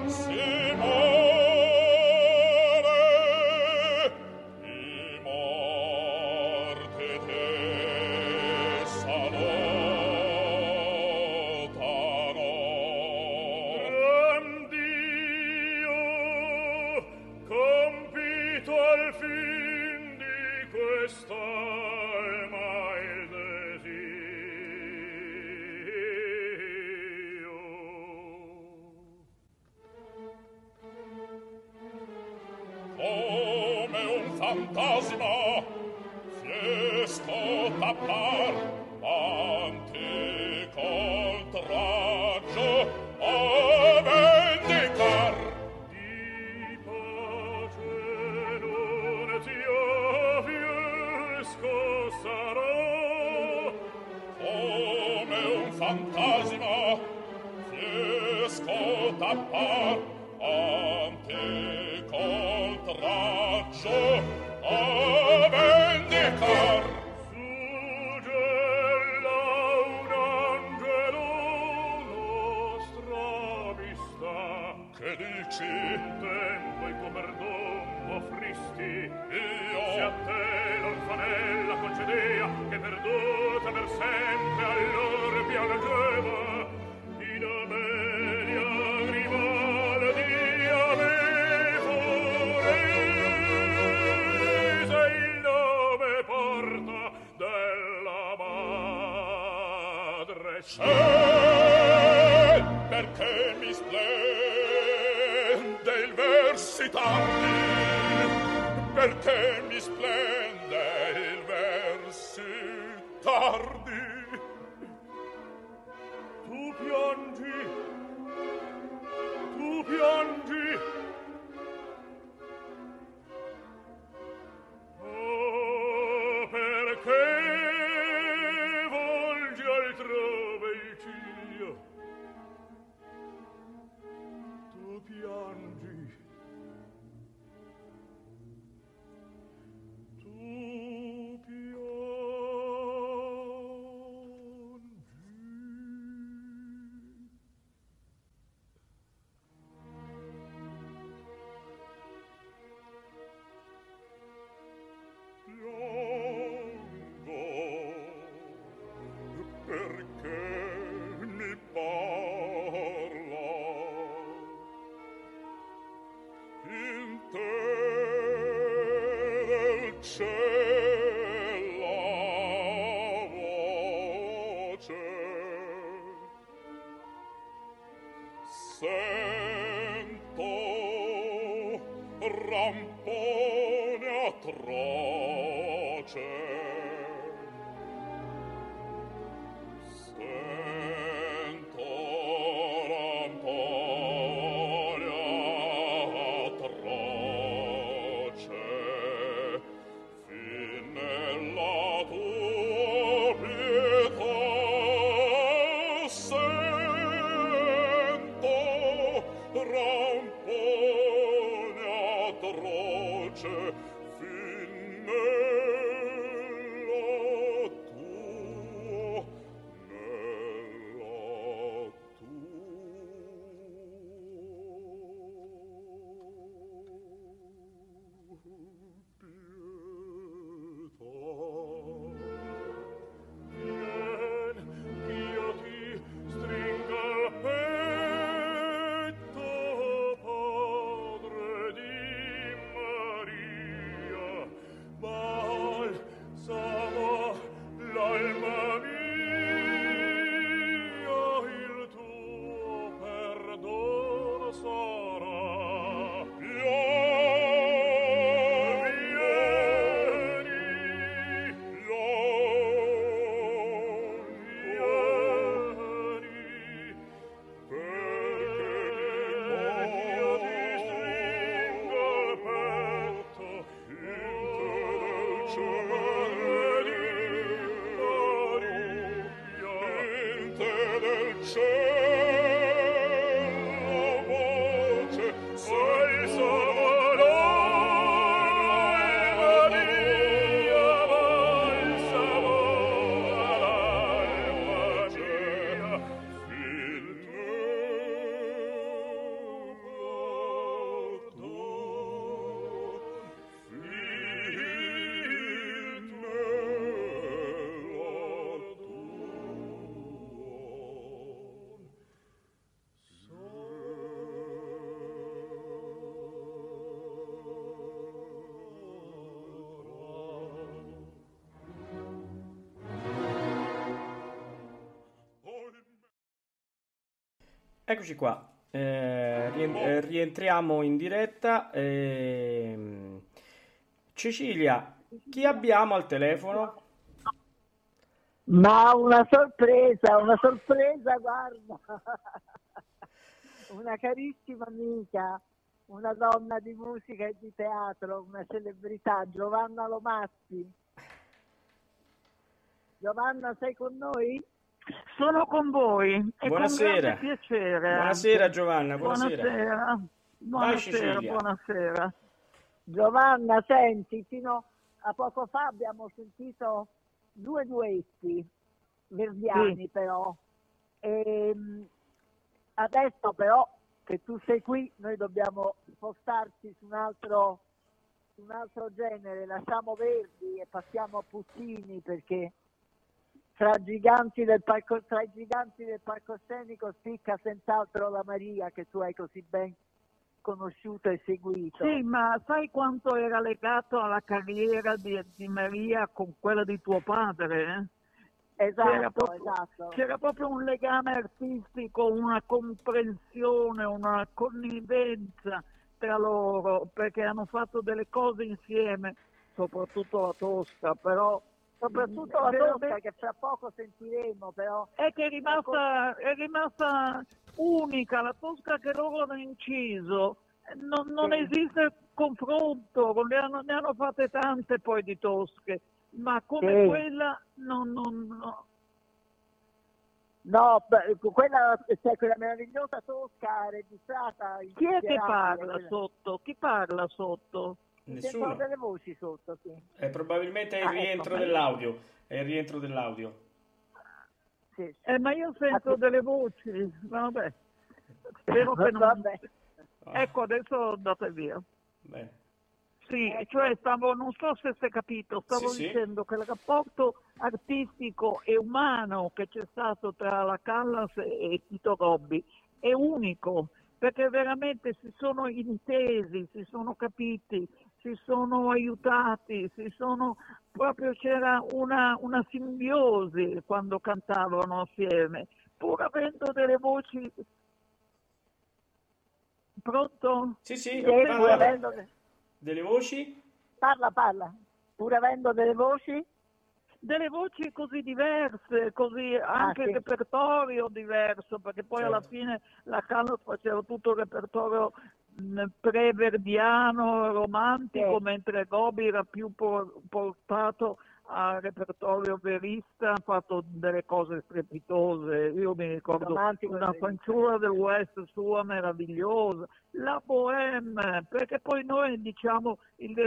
Speaker 3: Simone, i morti te salutano.
Speaker 1: gran Dio, compito al fin di quest'alma il desiderio.
Speaker 3: Come un fantasma fiesco tappar, antico oltraggio a vendicar.
Speaker 1: Di pace non ti avviesco sarò,
Speaker 3: Come un fantasma fiesco tappar, antico oltraggio a vendicar.
Speaker 1: suggella un angelo nostra amistà.
Speaker 3: Che dici?
Speaker 1: Tempo il tuo perdon offristi,
Speaker 3: Io?
Speaker 1: se a te l'orfanella concedea, che perduta per sempre allor piangeva, in Amelia Grimaldi a me forese il nome porta della madre.
Speaker 3: Perché mi splende il versi tardi, perché mi splende il versi tardi.
Speaker 1: Tu piangi, tu piangi. Oh, perché volgi altrove il ciglio? Tu piangi, tu
Speaker 3: Perché mi parla in te del ciel la voce, sento rampone atroce. Sento rampone atroce, fin nella tua pietà. Sento rampone atroce, fin nella
Speaker 4: Eccoci qua, rientriamo in diretta. Cecilia, chi abbiamo al telefono?
Speaker 6: Ma una sorpresa, guarda, una carissima amica, una donna di musica e di teatro, una celebrità, Giovanna Lomazzi. Giovanna, sei con noi?
Speaker 9: Sono con voi e
Speaker 4: buonasera.
Speaker 9: Con grande piacere.
Speaker 4: Buonasera
Speaker 9: anche.
Speaker 4: Giovanna, buonasera.
Speaker 9: Buonasera.
Speaker 6: Giovanna, senti, fino a poco fa abbiamo sentito 2 duetti verdiani, sì. Però. Adesso però che tu sei qui, noi dobbiamo spostarci su un altro genere, lasciamo Verdi e passiamo a Puccini, perché tra i giganti del palcoscenico spicca senz'altro la Maria, che tu hai così ben conosciuto e seguito.
Speaker 9: Sì, ma sai quanto era legato alla carriera di Maria con quella di tuo padre?
Speaker 6: Esatto.
Speaker 9: C'era proprio un legame artistico, una comprensione, una connivenza tra loro, perché hanno fatto delle cose insieme, soprattutto la Tosca, però...
Speaker 6: Soprattutto la Tosca, che fra poco sentiremo, però...
Speaker 9: È che è rimasta unica, la Tosca che loro hanno inciso. Non
Speaker 6: sì.
Speaker 9: Esiste confronto, ne hanno fatte tante poi di Tosche, ma come
Speaker 6: sì.
Speaker 9: quella no.
Speaker 6: No, quella meravigliosa Tosca registrata.
Speaker 9: Chi è che parla sotto? Chi parla sotto?
Speaker 4: Nessuno.
Speaker 6: Sento delle voci sotto, sì.
Speaker 4: Probabilmente è il rientro dell'audio. È il rientro dell'audio.
Speaker 6: Sì.
Speaker 9: Ma io sento delle voci. Vabbè. Spero che non...
Speaker 6: Vabbè.
Speaker 9: Ecco, adesso andate via.
Speaker 4: Bene.
Speaker 9: Sì, cioè non so se si è capito, stavo dicendo che il rapporto artistico e umano che c'è stato tra la Callas e Tito Gobbi è unico, perché veramente si sono intesi, si sono capiti, si sono aiutati, c'era una simbiosi quando cantavano assieme, pur avendo delle voci. Pronto?
Speaker 4: Sì,
Speaker 6: pur avendo
Speaker 4: delle voci?
Speaker 6: Parla, pur avendo delle voci?
Speaker 9: Delle voci così diverse, così anche il repertorio diverso, perché poi alla fine la Callas faceva tutto il repertorio pre-verdiano, romantico, mentre Gobbi era più portato al repertorio verista, ha fatto delle cose strepitose. Io mi ricordo una fanciulla del West sua meravigliosa, la Bohème, perché poi noi diciamo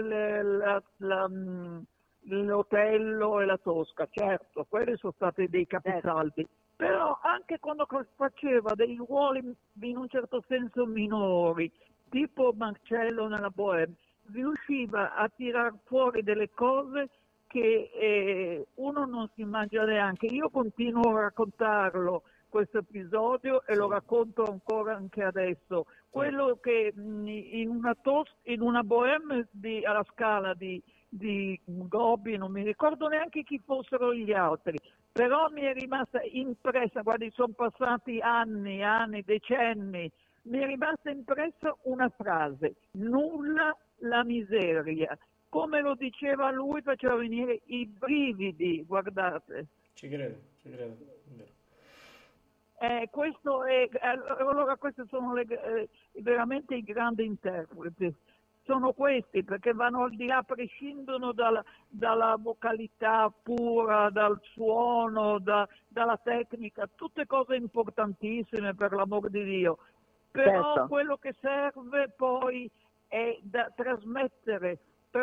Speaker 9: l'Otello e la Tosca, certo, quelli sono stati dei capisaldi, però anche quando faceva dei ruoli in un certo senso minori, tipo Marcello nella Bohème, riusciva a tirar fuori delle cose che uno non si immagina neanche. Io continuo a raccontarlo questo episodio e lo racconto ancora anche adesso. Quello che in una bohème alla Scala di Gobbi, non mi ricordo neanche chi fossero gli altri, però mi è rimasta impressa, guardi, sono passati anni, decenni, mi è rimasta impressa una frase: nulla la miseria. Come lo diceva lui, faceva venire i brividi, guardate.
Speaker 4: Ci credo.
Speaker 9: Questi sono veramente i grandi interpreti. Sono questi, perché vanno al di là, prescindono dalla vocalità pura, dal suono, dalla tecnica, tutte cose importantissime, per l'amor di Dio. Però
Speaker 6: certo.
Speaker 9: Quello che serve poi è da trasmettere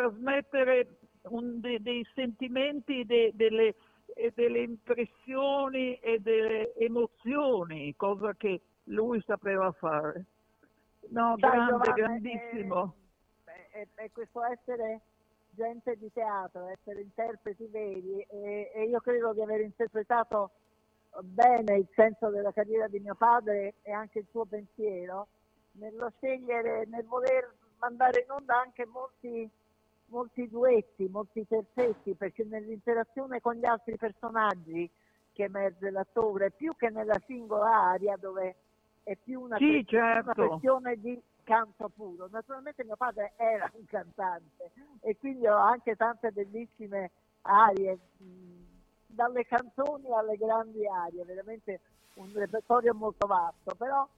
Speaker 9: dei sentimenti, delle impressioni e delle emozioni, cosa che lui sapeva fare. No, grande, grandissimo.
Speaker 6: E questo essere gente di teatro, essere interpreti veri, e io credo di aver interpretato bene il senso della carriera di mio padre e anche il suo pensiero nello scegliere, nel voler mandare in onda anche molti duetti, molti terzetti, perché nell'interazione con gli altri personaggi che emerge l'attore, più che nella singola aria, dove è più una questione di canto puro. Naturalmente mio padre era un cantante e quindi ho anche tante bellissime arie, dalle canzoni alle grandi arie, veramente un repertorio molto vasto, però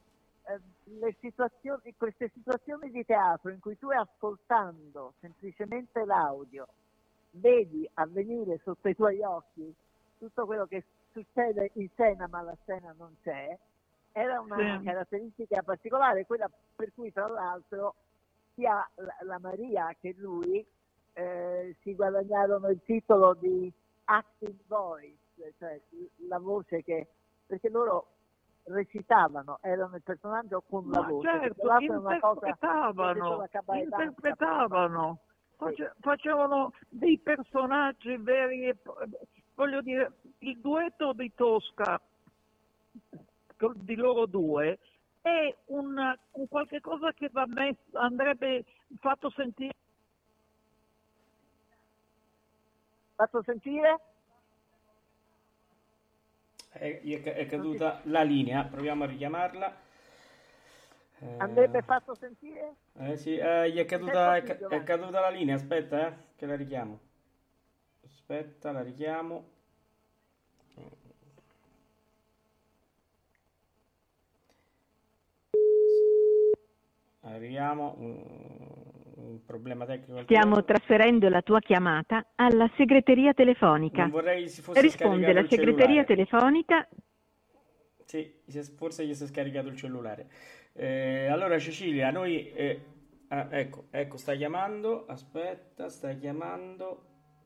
Speaker 6: queste situazioni di teatro in cui tu, ascoltando semplicemente l'audio, vedi avvenire sotto i tuoi occhi tutto quello che succede in scena, ma la scena non c'è, era una caratteristica particolare, quella per cui tra l'altro sia la Maria che lui si guadagnarono il titolo di acting voice, cioè la voce perché loro recitavano, erano il personaggio con la voce.
Speaker 9: Certo, interpretavano, facevano dei personaggi veri, voglio dire, il duetto di Tosca di loro due è un qualche cosa che andrebbe fatto sentire.
Speaker 4: È caduta la linea, proviamo a richiamarla.
Speaker 6: Andrebbe fatto sentire?
Speaker 4: Sì, gli è caduta la linea, aspetta, che la richiamo. Aspetta, la richiamo. Arriviamo, un problema tecnico.
Speaker 10: Stiamo trasferendo la tua chiamata alla segreteria telefonica.
Speaker 4: Non vorrei si fosse
Speaker 10: Risponde la segreteria telefonica.
Speaker 4: Sì, forse gli si è scaricato il cellulare. Allora Cecilia, noi ecco, sta chiamando. Aspetta, sta chiamando.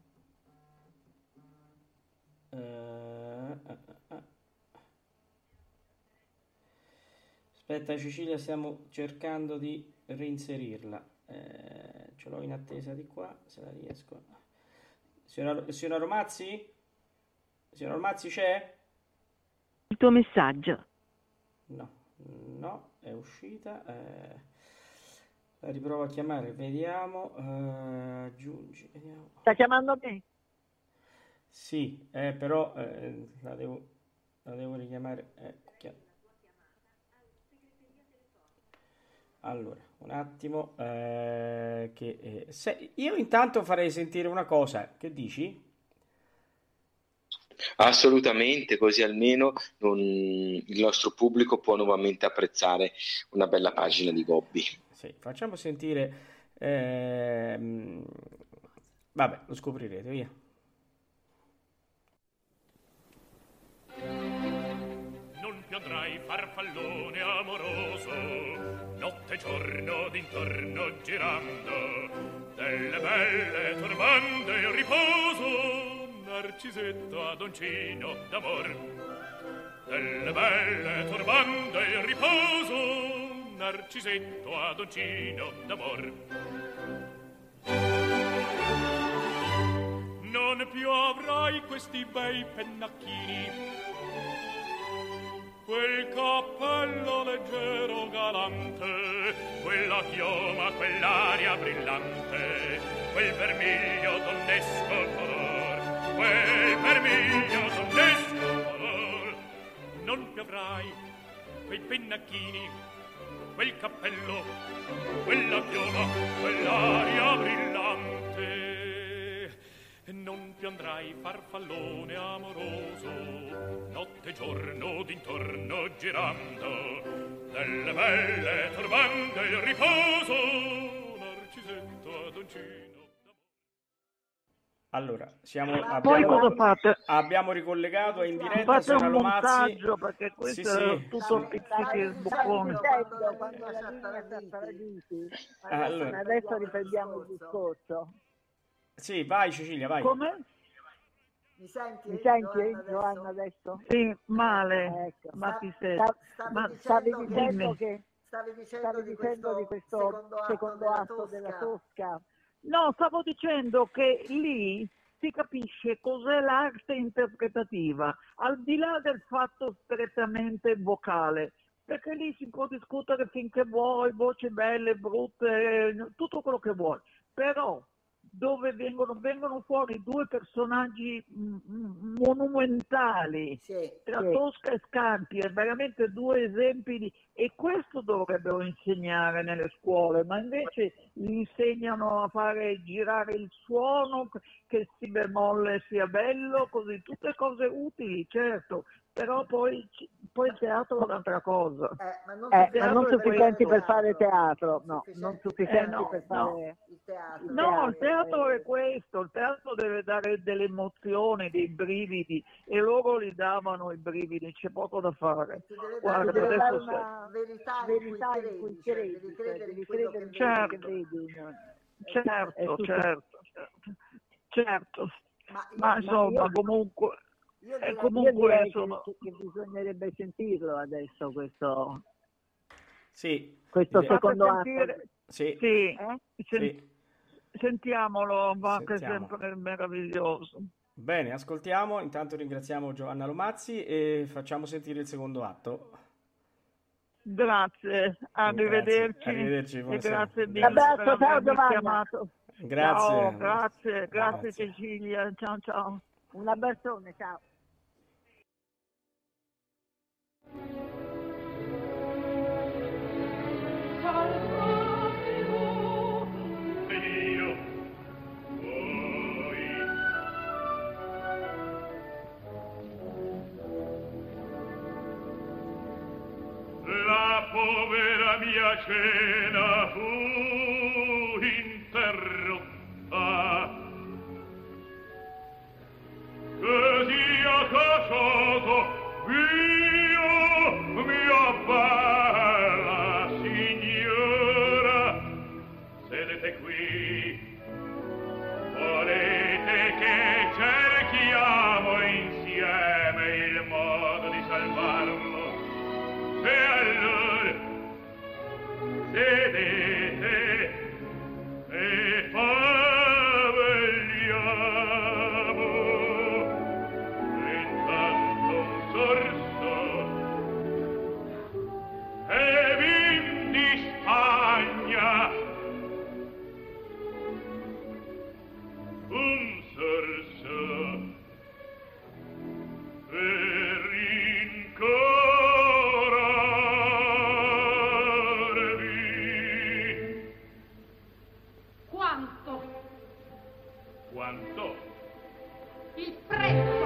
Speaker 4: Aspetta Cecilia, stiamo cercando di reinserirla. Ce l'ho in attesa di qua, se la riesco. Signora Romazzi? Signora Romazzi c'è?
Speaker 10: Il tuo messaggio.
Speaker 4: No, è uscita. La riprovo a chiamare, vediamo. Aggiungi, vediamo.
Speaker 6: Sta chiamando me?
Speaker 4: Sì, però la devo richiamare. Allora, un attimo, io intanto farei sentire una cosa, che dici?
Speaker 7: Assolutamente, così almeno il nostro pubblico può nuovamente apprezzare una bella pagina di Gobbi.
Speaker 4: Sì, facciamo sentire, vabbè, lo scoprirete, via.
Speaker 3: Non piangrai farfallone amoroso, notte e giorno d'intorno girando, delle belle turbando il riposo, Narcisetto adoncino d'amor. Delle belle turbando il riposo, Narcisetto adoncino d'amor. questi bei pennacchini, quel cappello leggero galante, quella chioma, quell'aria brillante, quel vermiglio donnesco color, quel vermiglio donnesco color. Non più avrai quei pennacchini, quel cappello, quella chioma, quell'aria brillante. E non più andrai farfallone amoroso, notte e giorno d'intorno girando, delle belle turbando il riposo, Narcisetto Adoncino.
Speaker 4: Allora,
Speaker 9: Poi cosa fate?
Speaker 4: abbiamo ricollegato in diretta
Speaker 9: Fate
Speaker 4: Sara
Speaker 9: un
Speaker 4: Lomazzi.
Speaker 9: montaggio, perché questo
Speaker 4: Sì,
Speaker 9: è
Speaker 4: sì,
Speaker 9: tutto
Speaker 4: sì.
Speaker 9: pizzichi e bocconi.
Speaker 6: Quando la linea sta paradisi.
Speaker 4: Allora.
Speaker 6: Adesso riprendiamo il discorso.
Speaker 4: Sì, vai Cecilia, vai.
Speaker 9: Come?
Speaker 8: Mi senti,
Speaker 6: Giovanna, adesso?
Speaker 9: Sì, male,
Speaker 6: Ecco.
Speaker 9: ma ti sento.
Speaker 6: Stavi dicendo
Speaker 8: di
Speaker 6: questo secondo atto della Tosca.
Speaker 9: No, stavo dicendo che lì si capisce cos'è l'arte interpretativa, al di là del fatto strettamente vocale, perché lì si può discutere finché vuoi, voci belle, brutte, tutto quello che vuoi, però dove vengono fuori due personaggi monumentali, tra Tosca e Scarpi, è veramente due esempi e questo dovrebbero insegnare nelle scuole, ma invece gli insegnano a fare girare il suono, che il si bemolle sia bello, così, tutte cose utili, certo, però poi il teatro è un'altra cosa.
Speaker 6: Ma non sufficienti per fare teatro, no, non sufficienti per fare
Speaker 8: il teatro.
Speaker 9: No, il teatro è questo, il teatro deve dare delle emozioni, dei brividi, e loro li davano i brividi, c'è poco da fare. Guarda,
Speaker 8: deve dare
Speaker 9: adesso
Speaker 8: una verità in cui credi, devi credere in quello che vedi.
Speaker 9: Certo. Ma insomma, comunque
Speaker 6: direi che bisognerebbe sentirlo adesso questo secondo atto.
Speaker 9: Sì. Sentiamolo, ma che è sempre meraviglioso.
Speaker 4: Bene, ascoltiamo, intanto ringraziamo Giovanna Lomazzi e facciamo sentire il secondo atto.
Speaker 9: Grazie, arrivederci.
Speaker 4: Arrivederci, buonasera.
Speaker 9: E grazie mille.
Speaker 6: Abbraccio, ciao Giovanna.
Speaker 4: Grazie.
Speaker 9: Ciao, grazie Cecilia, ciao.
Speaker 6: Un abbraccione, ciao.
Speaker 3: La povera mia cena fu interrotta, così ho cacciato via mia bella signora. Sedete qui, volete che cerchiamo insieme il modo di salvarlo? E allora sedete e parliamo. Intanto un sorso e vin di Spagna, un sorso per Quanto?
Speaker 11: Il prezzo!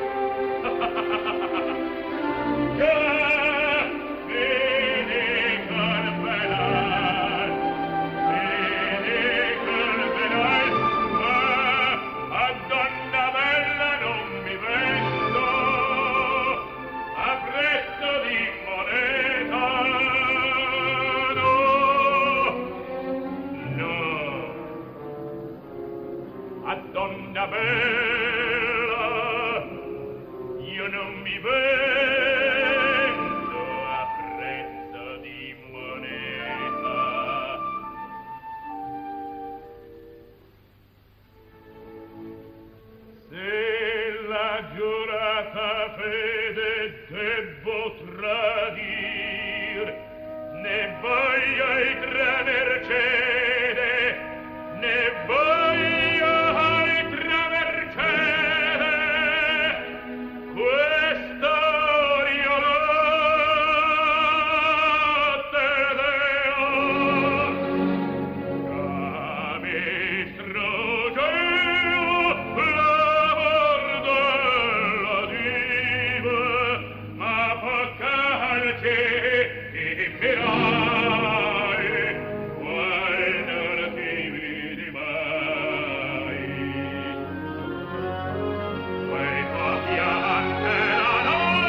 Speaker 3: A donna bella non mi vendo, a prezzo di moneta, no. A donna bella io non mi vendo a prezzo di moneta. Se giurata fede debbo tradir, ne voglia il tra mercede, ne voglia il tra mercede, questa oriolotte deo, mi strugeo l'amor della diva, ma poc'anzi impirai, qual non ti vidi mai. Quei pochi avanti la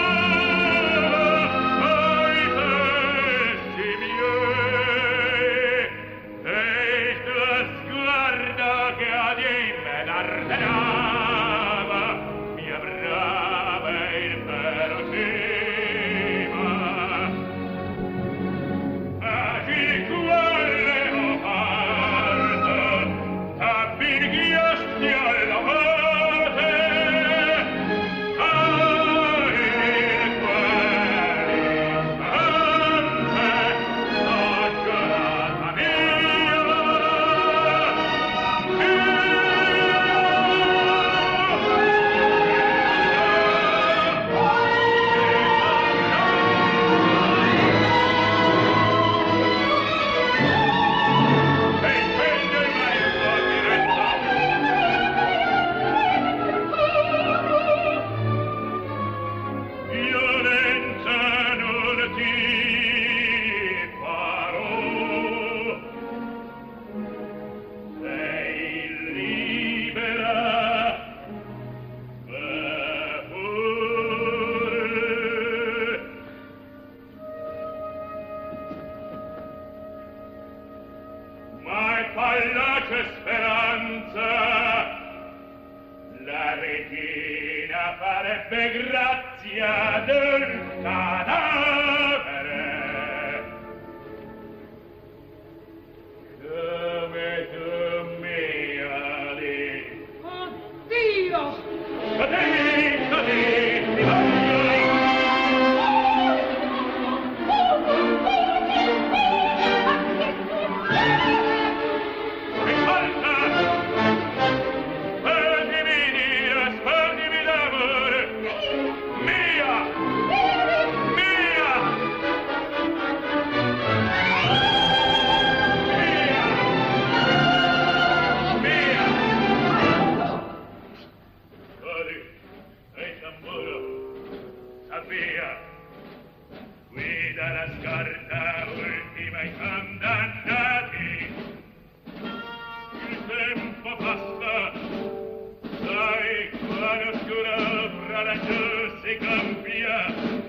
Speaker 3: notte, ai testi miei, e il tuo sguardo che a di me dardenava, mi avrava il perocima. Agi quale ho fatto, t'abbirghiasti alla morte, ai quali ante ho giurata violenza non ti farò, sei libera, va pure. Ma è fallace speranza, la regina farebbe grazia del cadavere. Come tu mia lì.
Speaker 11: Oddio!
Speaker 3: Cadevi, ti voglio. Che falta? Sperdimi dire, sperdimi d'amore. Mia! Mia! Mia! Soli, ehi tamburo, sappia, guida la scorta ultima ai condannati. Il tempo passa, sai quale oscura fra laggiù si compia.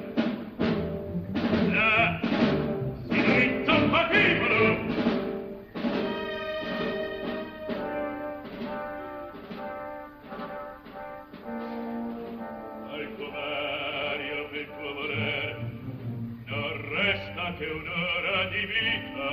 Speaker 3: Là si drizza un patibolo. Al comario per tuo voler non resta che un'ora di vita.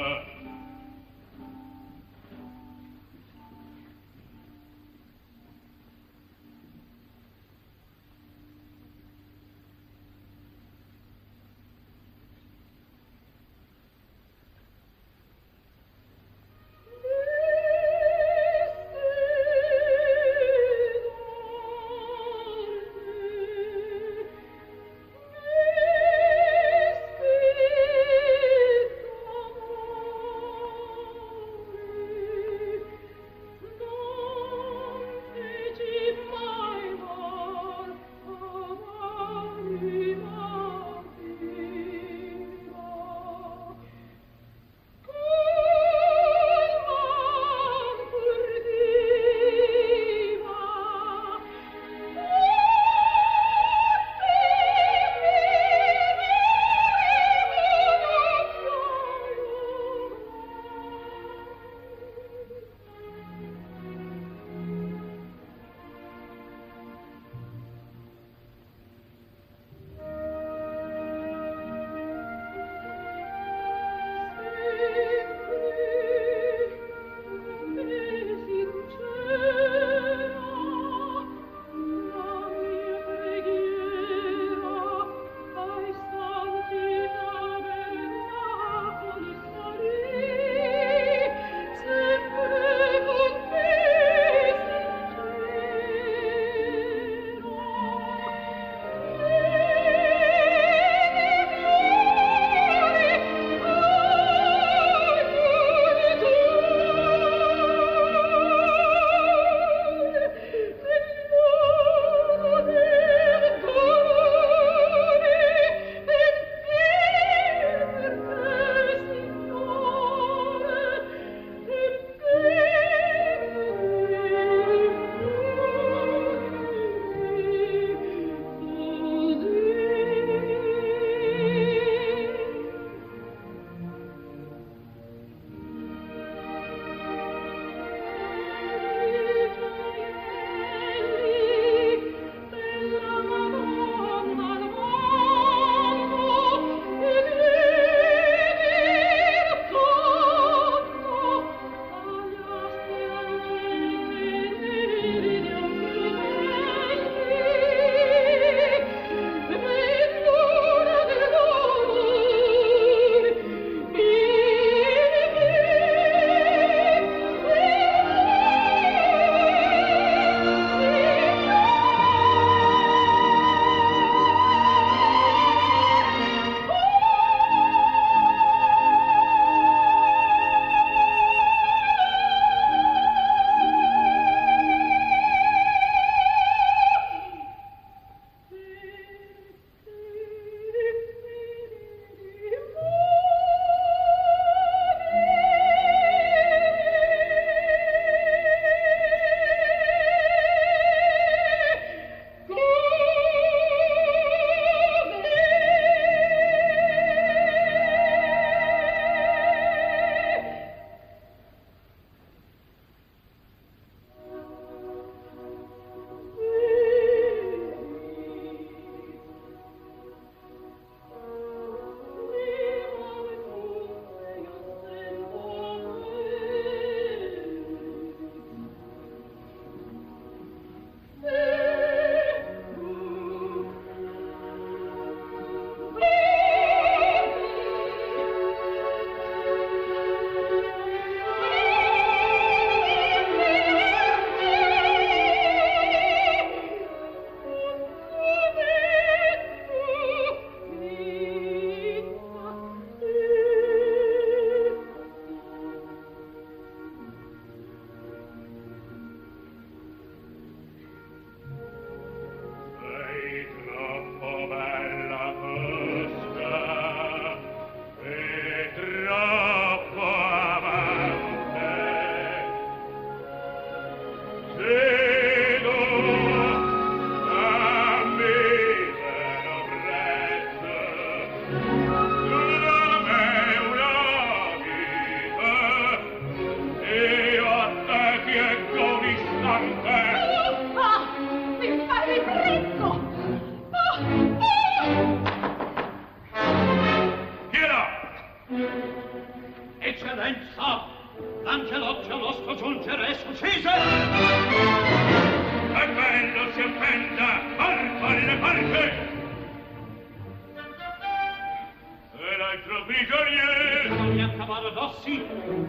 Speaker 3: sì.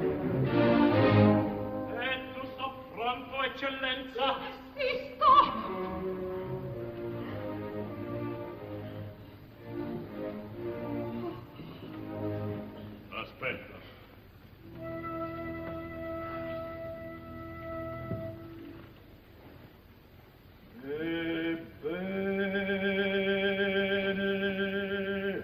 Speaker 3: E tu sto pronto, eccellenza?
Speaker 11: Sì, sto.
Speaker 3: Aspetta. Ebbene.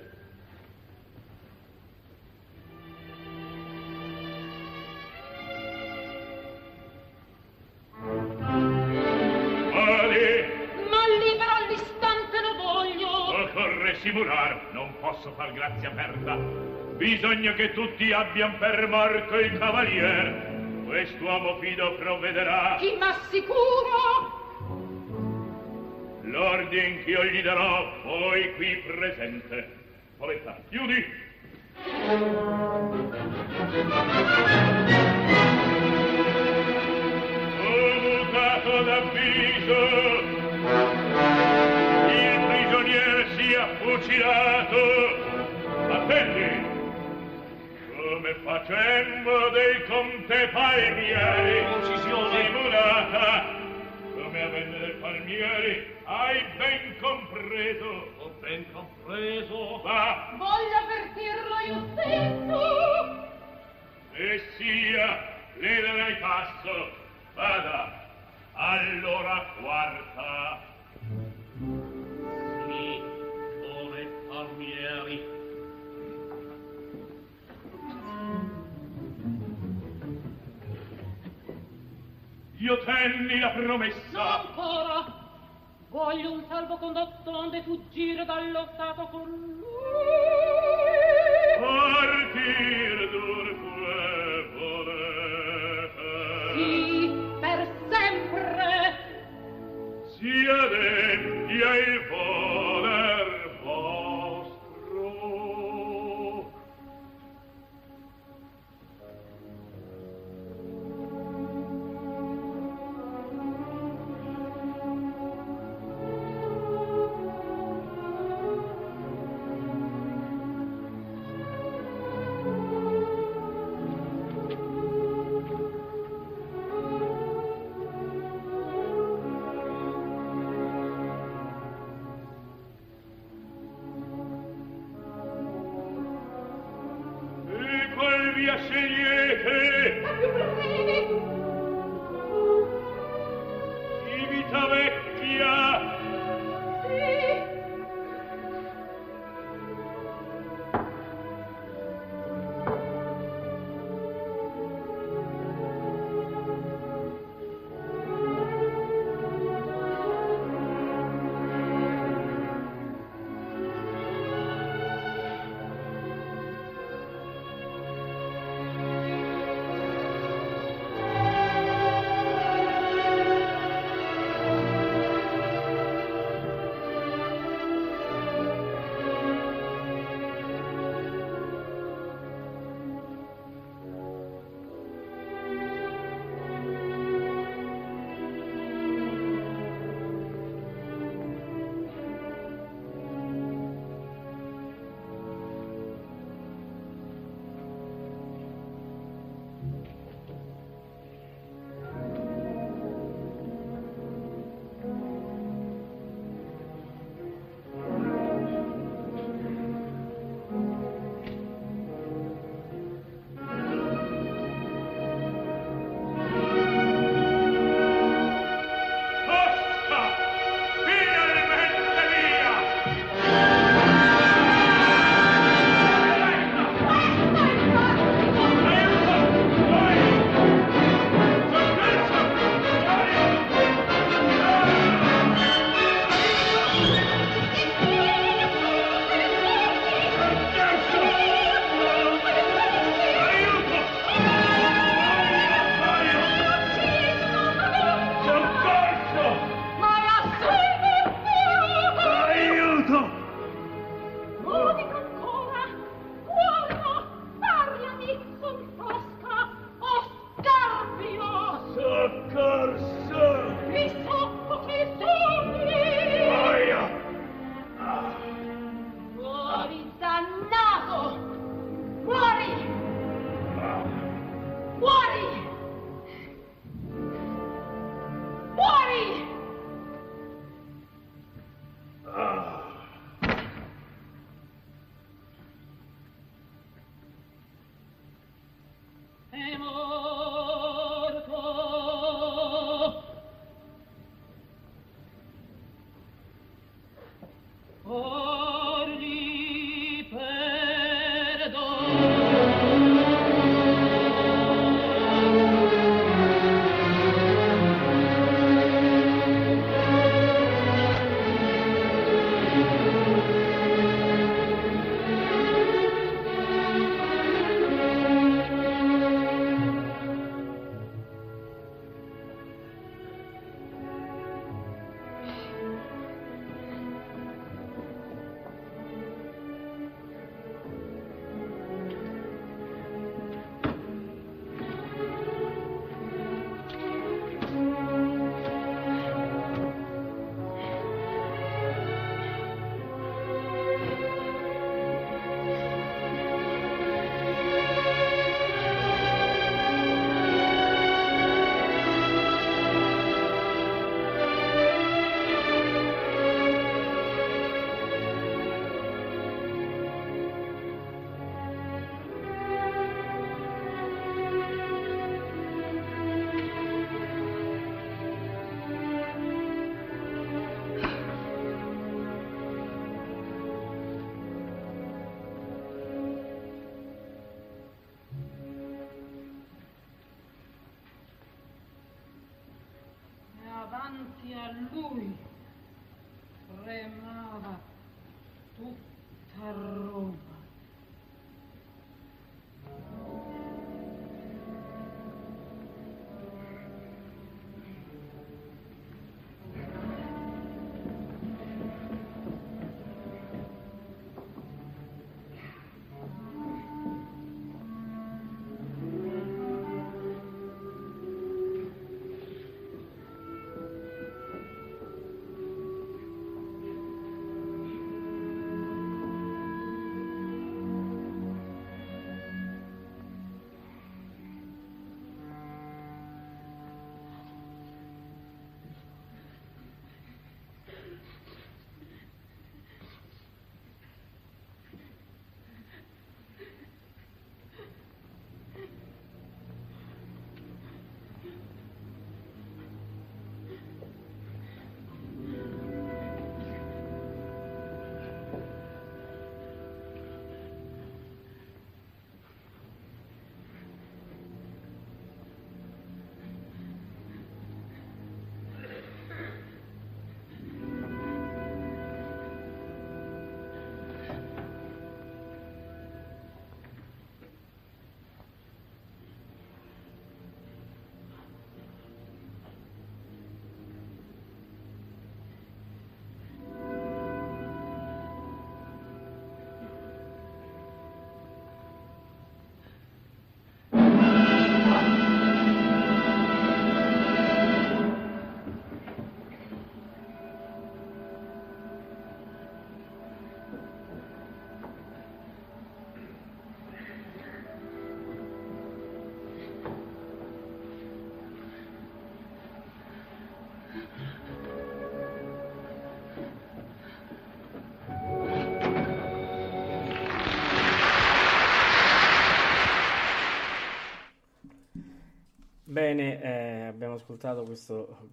Speaker 11: Ma libero all'istante lo voglio.
Speaker 3: Occorre simular, non posso far grazia aperta. Bisogna che tutti abbian per morto il cavalier. Quest'uomo fido provvederà.
Speaker 11: Chi m'assicuro?
Speaker 3: L'ordine che io gli darò, voi qui presente. Poletta, chiudi. Ho mutato d'avviso. Il prigionier sia fucilato. Attendi. Come facemmo del conte Palmieri.
Speaker 12: Uccisione.
Speaker 3: Simulata. Come avvenne del Palmieri. Hai ben compreso.
Speaker 12: Ho ben compreso.
Speaker 3: Va.
Speaker 11: Voglio avvertirlo io stesso.
Speaker 3: E sia, le darai passo. Vada. Allora quarta.
Speaker 12: Sì, come Palmieri.
Speaker 3: Io tenni la promessa.
Speaker 11: Non ancora. Voglio un salvocondotto onde fuggire dallo stato con lui.
Speaker 3: Partir dunque volete.
Speaker 11: Sì, per sempre.
Speaker 3: Si adempia il voler vostro.
Speaker 11: davanti a lui tremava tutta Roma.
Speaker 4: Bene, abbiamo ascoltato questo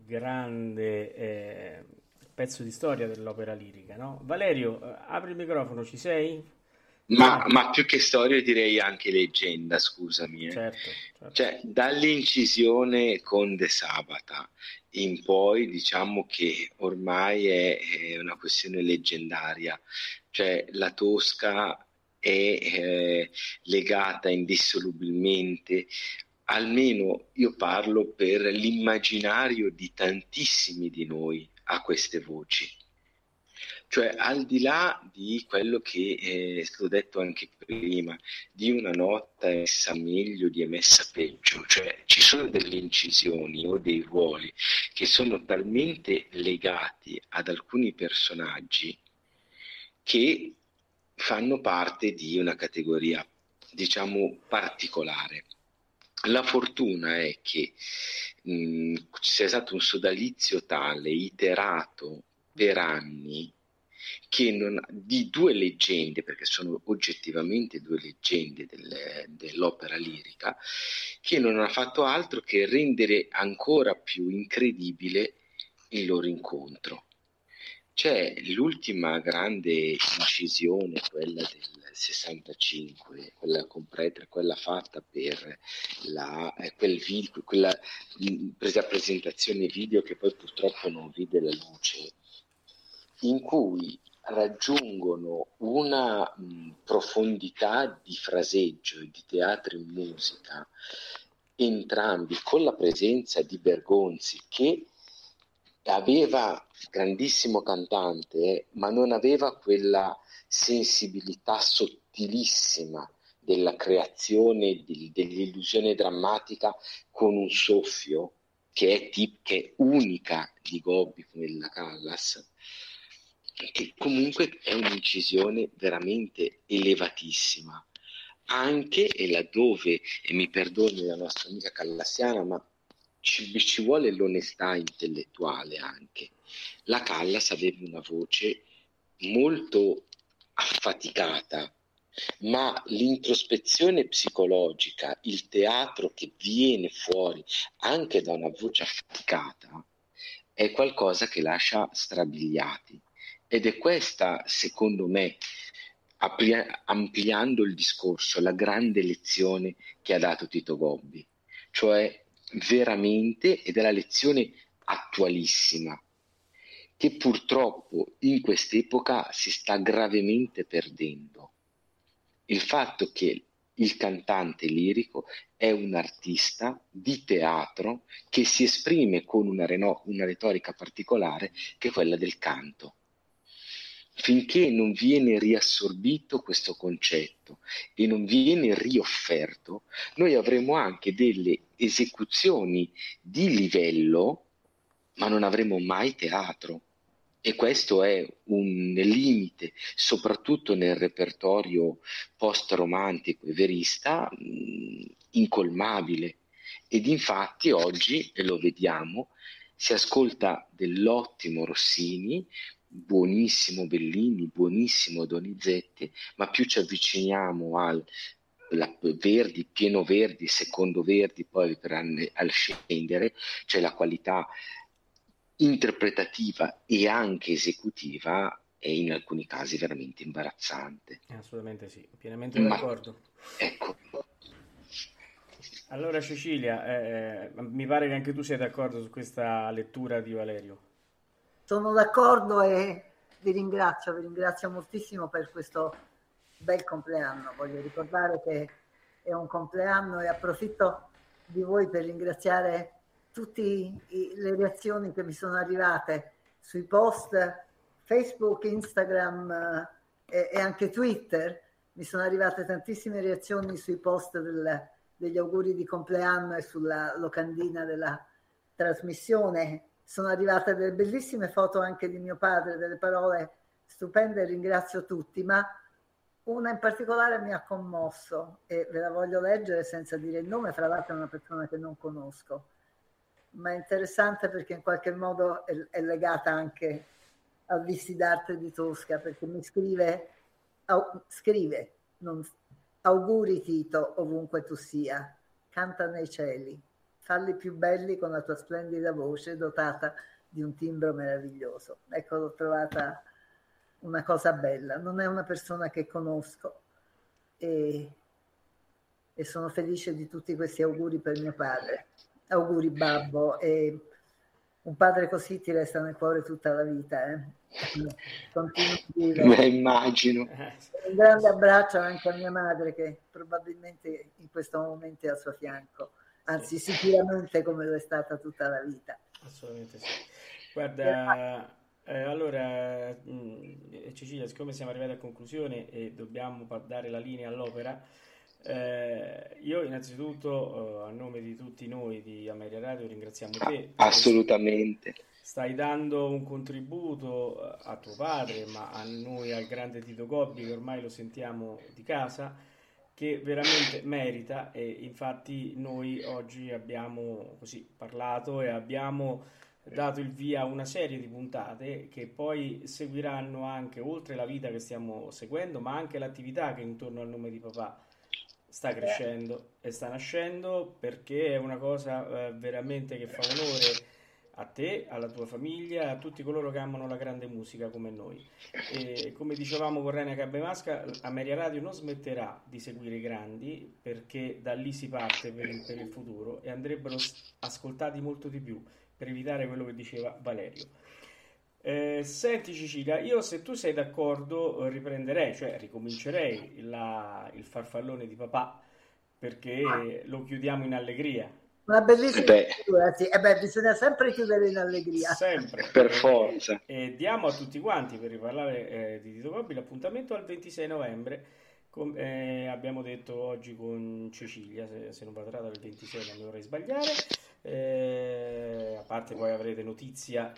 Speaker 4: grande pezzo di storia dell'opera lirica, no? Valerio, apri il microfono, ci sei?
Speaker 7: Ma più che storia direi anche leggenda, scusami.
Speaker 4: Certo.
Speaker 7: Cioè, dall'incisione con De Sabata in poi, diciamo che ormai è una questione leggendaria. Cioè, la Tosca è legata indissolubilmente, almeno io parlo per l'immaginario di tantissimi di noi, a queste voci. Cioè, al di là di quello che è stato detto anche prima, di una nota messa meglio, di messa peggio, cioè ci sono delle incisioni o dei ruoli che sono talmente legati ad alcuni personaggi che fanno parte di una categoria, diciamo, particolare. La fortuna è che sia stato un sodalizio tale, iterato per anni, che di due leggende, perché sono oggettivamente due leggende dell'opera lirica, che non ha fatto altro che rendere ancora più incredibile il loro incontro. C'è l'ultima grande incisione, quella del 65, quella con Pretre, quella fatta per quella presa presentazione video che poi purtroppo non vide la luce, in cui raggiungono una profondità di fraseggio e di teatro in musica, entrambi con la presenza di Bergonzi, che aveva grandissimo cantante, ma non aveva quella sensibilità sottilissima della creazione, dell'illusione drammatica con un soffio che è unica di Gobbi come della Callas, che comunque è un'incisione veramente elevatissima. Anche, e laddove, e mi perdoni la nostra amica callassiana, ma ci vuole l'onestà intellettuale anche. La Callas aveva una voce molto affaticata, ma l'introspezione psicologica, il teatro che viene fuori anche da una voce affaticata, è qualcosa che lascia strabiliati. Ed è questa, secondo me, ampliando il discorso, la grande lezione che ha dato Tito Gobbi, cioè veramente, ed è la lezione attualissima, che purtroppo in quest'epoca si sta gravemente perdendo. Il fatto che il cantante lirico è un artista di teatro che si esprime con una retorica particolare, che è quella del canto. Finché non viene riassorbito questo concetto e non viene riofferto, noi avremo anche delle esecuzioni di livello, ma non avremo mai teatro. E questo è un limite, soprattutto nel repertorio post-romantico e verista, incolmabile. Ed infatti oggi, e lo vediamo, si ascolta dell'ottimo Rossini, buonissimo Bellini, buonissimo Donizetti, ma più ci avviciniamo al Verdi, pieno Verdi, secondo Verdi, poi al scendere, c'è la qualità interpretativa e anche esecutiva è in alcuni casi veramente imbarazzante.
Speaker 4: Assolutamente sì, pienamente d'accordo.
Speaker 7: Ecco.
Speaker 4: Allora Cecilia, mi pare che anche tu sia d'accordo su questa lettura di Valerio.
Speaker 8: Sono d'accordo e vi ringrazio moltissimo per questo bel compleanno. Voglio ricordare che è un compleanno e approfitto di voi per ringraziare tutte le reazioni che mi sono arrivate sui post Facebook, Instagram e anche Twitter. Mi sono arrivate tantissime reazioni sui post degli auguri di compleanno e sulla locandina della trasmissione. Sono arrivate delle bellissime foto anche di mio padre, delle parole stupende, ringrazio tutti, ma una in particolare mi ha commosso e ve la voglio leggere senza dire il nome, fra l'altro è una persona che non conosco. Ma è interessante perché in qualche modo è legata anche al Visti d'Arte di Tosca, perché mi scrive auguri Tito, ovunque tu sia, canta nei cieli, falli più belli con la tua splendida voce dotata di un timbro meraviglioso. Ecco, l'ho trovata una cosa bella, non è una persona che conosco e sono felice di tutti questi auguri per mio padre. Auguri babbo, e un padre così ti resta nel cuore tutta la vita. Continuo a dire.
Speaker 7: Beh, immagino.
Speaker 8: Un grande abbraccio anche a mia madre che probabilmente in questo momento è al suo fianco, anzi sicuramente come lo è stata tutta la vita.
Speaker 4: Assolutamente sì. Guarda, allora Cecilia, siccome siamo arrivati a conclusione e dobbiamo dare la linea all'opera, io innanzitutto a nome di tutti noi di Ameria Radio ringraziamo te.
Speaker 7: Assolutamente.
Speaker 4: Stai dando un contributo a tuo padre, ma a noi, al grande Tito Gobbi, che ormai lo sentiamo di casa, che veramente merita, e infatti noi oggi abbiamo così parlato e abbiamo dato il via a una serie di puntate che poi seguiranno anche, oltre la vita che stiamo seguendo, ma anche l'attività che intorno al nome di papà sta crescendo e sta nascendo, perché è una cosa veramente che fa onore a te, alla tua famiglia, a tutti coloro che amano la grande musica come noi. E come dicevamo con Rania Cabbemasca, Ameria Radio non smetterà di seguire i grandi, perché da lì si parte per il futuro, e andrebbero ascoltati molto di più, per evitare quello che diceva Valerio. Senti Cecilia, io, se tu sei d'accordo, riprenderei, cioè ricomincerei il farfallone di papà, perché lo chiudiamo in allegria.
Speaker 8: Una bellissima lettura, sì. Bisogna sempre chiudere in allegria.
Speaker 4: Sempre.
Speaker 7: Per forza.
Speaker 4: E diamo a tutti quanti, per riparlare di Tito Gobbi, l'appuntamento al 26 novembre. Abbiamo detto oggi con Cecilia, se non vado errato, il 26, non mi vorrei sbagliare. A parte poi avrete notizia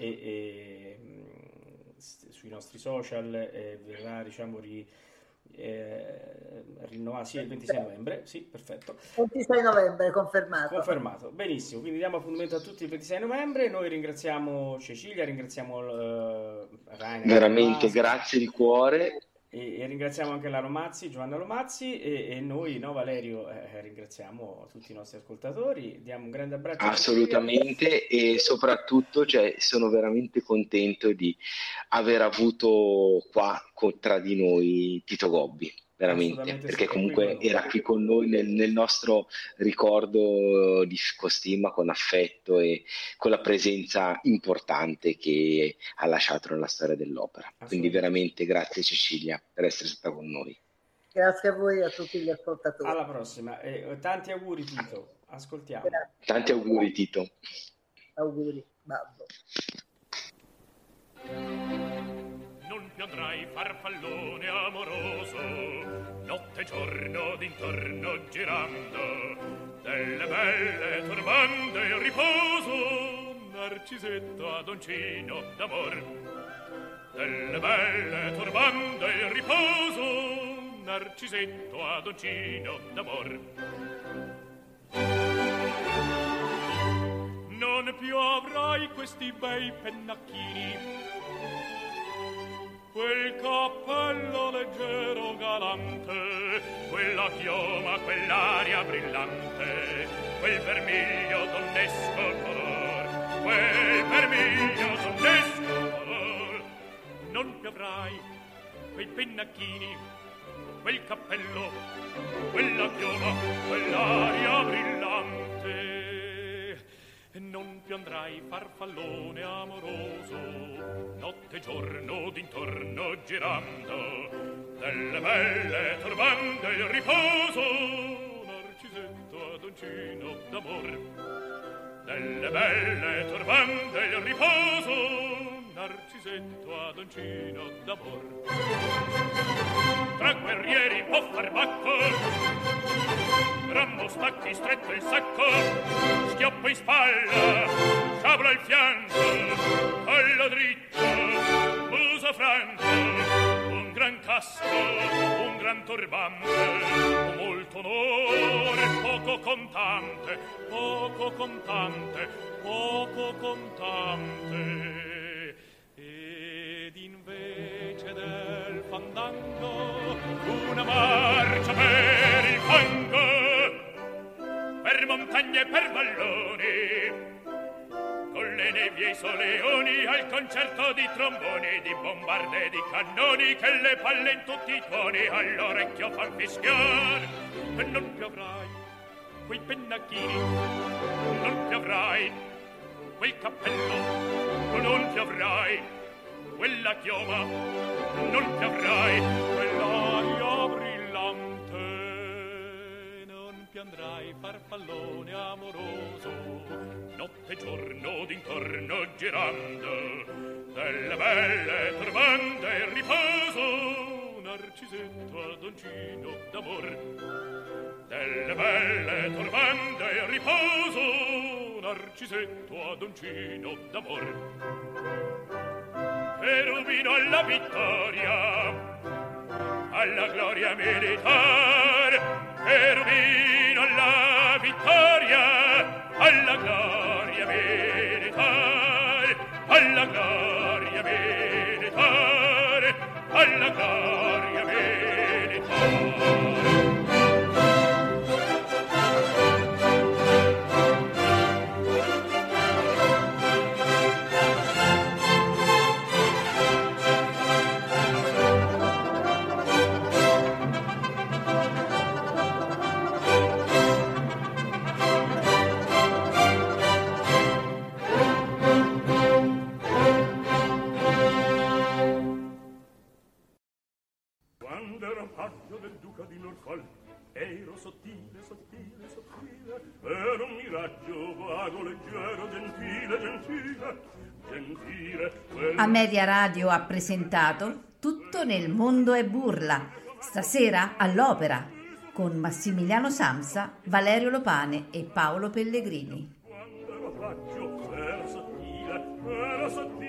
Speaker 4: sui nostri social, verrà, diciamo, rinnovato, sì, il 26 novembre, sì, perfetto.
Speaker 8: 26 novembre, confermato.
Speaker 4: Confermato, benissimo, quindi diamo appuntamento a tutti il 26 novembre. Noi ringraziamo Cecilia, ringraziamo Rainer,
Speaker 7: veramente grazie di cuore,
Speaker 4: e ringraziamo anche la Lomazzi, Giovanna Lomazzi, e noi, no Valerio, ringraziamo tutti i nostri ascoltatori, diamo un grande abbraccio.
Speaker 7: Assolutamente, e soprattutto sono veramente contento di aver avuto qua tra di noi Tito Gobbi, veramente, perché comunque era qui con noi nel nostro ricordo di stima, con affetto e con la presenza importante che ha lasciato nella storia dell'opera. Quindi veramente grazie Cecilia per essere stata con noi.
Speaker 8: Grazie a voi e a tutti gli ascoltatori.
Speaker 4: Alla prossima. Tanti auguri Tito, ascoltiamo.
Speaker 8: Grazie.
Speaker 7: Tanti auguri Tito.
Speaker 8: Auguri, babbo.
Speaker 3: Non piangrai farfallone amoroso, notte e giorno d'intorno girando, delle belle turbande il riposo, Narcisetto adoncino d'amor. Delle belle turbande il riposo, Narcisetto adoncino d'amor. Non più avrai questi bei pennacchini, quel cappello leggero galante, quella chioma, quell'aria brillante, quel vermiglio donnesco color, quel vermiglio donnesco color. Non più avrai quei pennacchini, quel cappello, quella chioma, quell'aria brillante. Non più andrai farfallone amoroso, notte e giorno d'intorno girando, delle belle turbande il riposo, Narcisetto adoncino d'amor. Delle belle turbande il riposo, Narcisetto adoncino d'amor. Tra guerrieri può far bacco, Rammo stacchi stretto il sacco, schioppo in spalla, sciabla al fianco, collo dritto, muso franco, un gran casco, un gran turbante, molto onore, poco contante, poco contante, poco contante. Ed invece del fandango una marcia per il fango, per montagne e per valloni, con le nevi e i soleoni, al concerto di tromboni, di bombarde e di cannoni, che le palle in tutti i tuoni all'orecchio fan fischiar. E non più avrai quei pennacchini, non più avrai quel cappello, non più avrai quella chioma, non più avrai quell'aria brillante. Non più andrai farfallone amoroso, notte e giorno d'intorno girando, delle belle turbande il riposo, Narcisetto adoncino d'amor. Delle belle turbande il riposo, Narcisetto adoncino d'amor. Cherubino alla vittoria, alla gloria militare, cherubino alla vittoria, alla gloria militare, alla gloria militare, alla gloria militare.
Speaker 1: Ero sottile, sottile, sottile, ero un miraggio vago, leggero, gentile, gentile, gentile.
Speaker 2: Ameria Radio ha presentato Tutto nel mondo è burla, stasera all'Opera, con Massimiliano Samsa, Valerio Lopane e Paolo Pellegrini.
Speaker 1: Quando ero raggio, era sottile,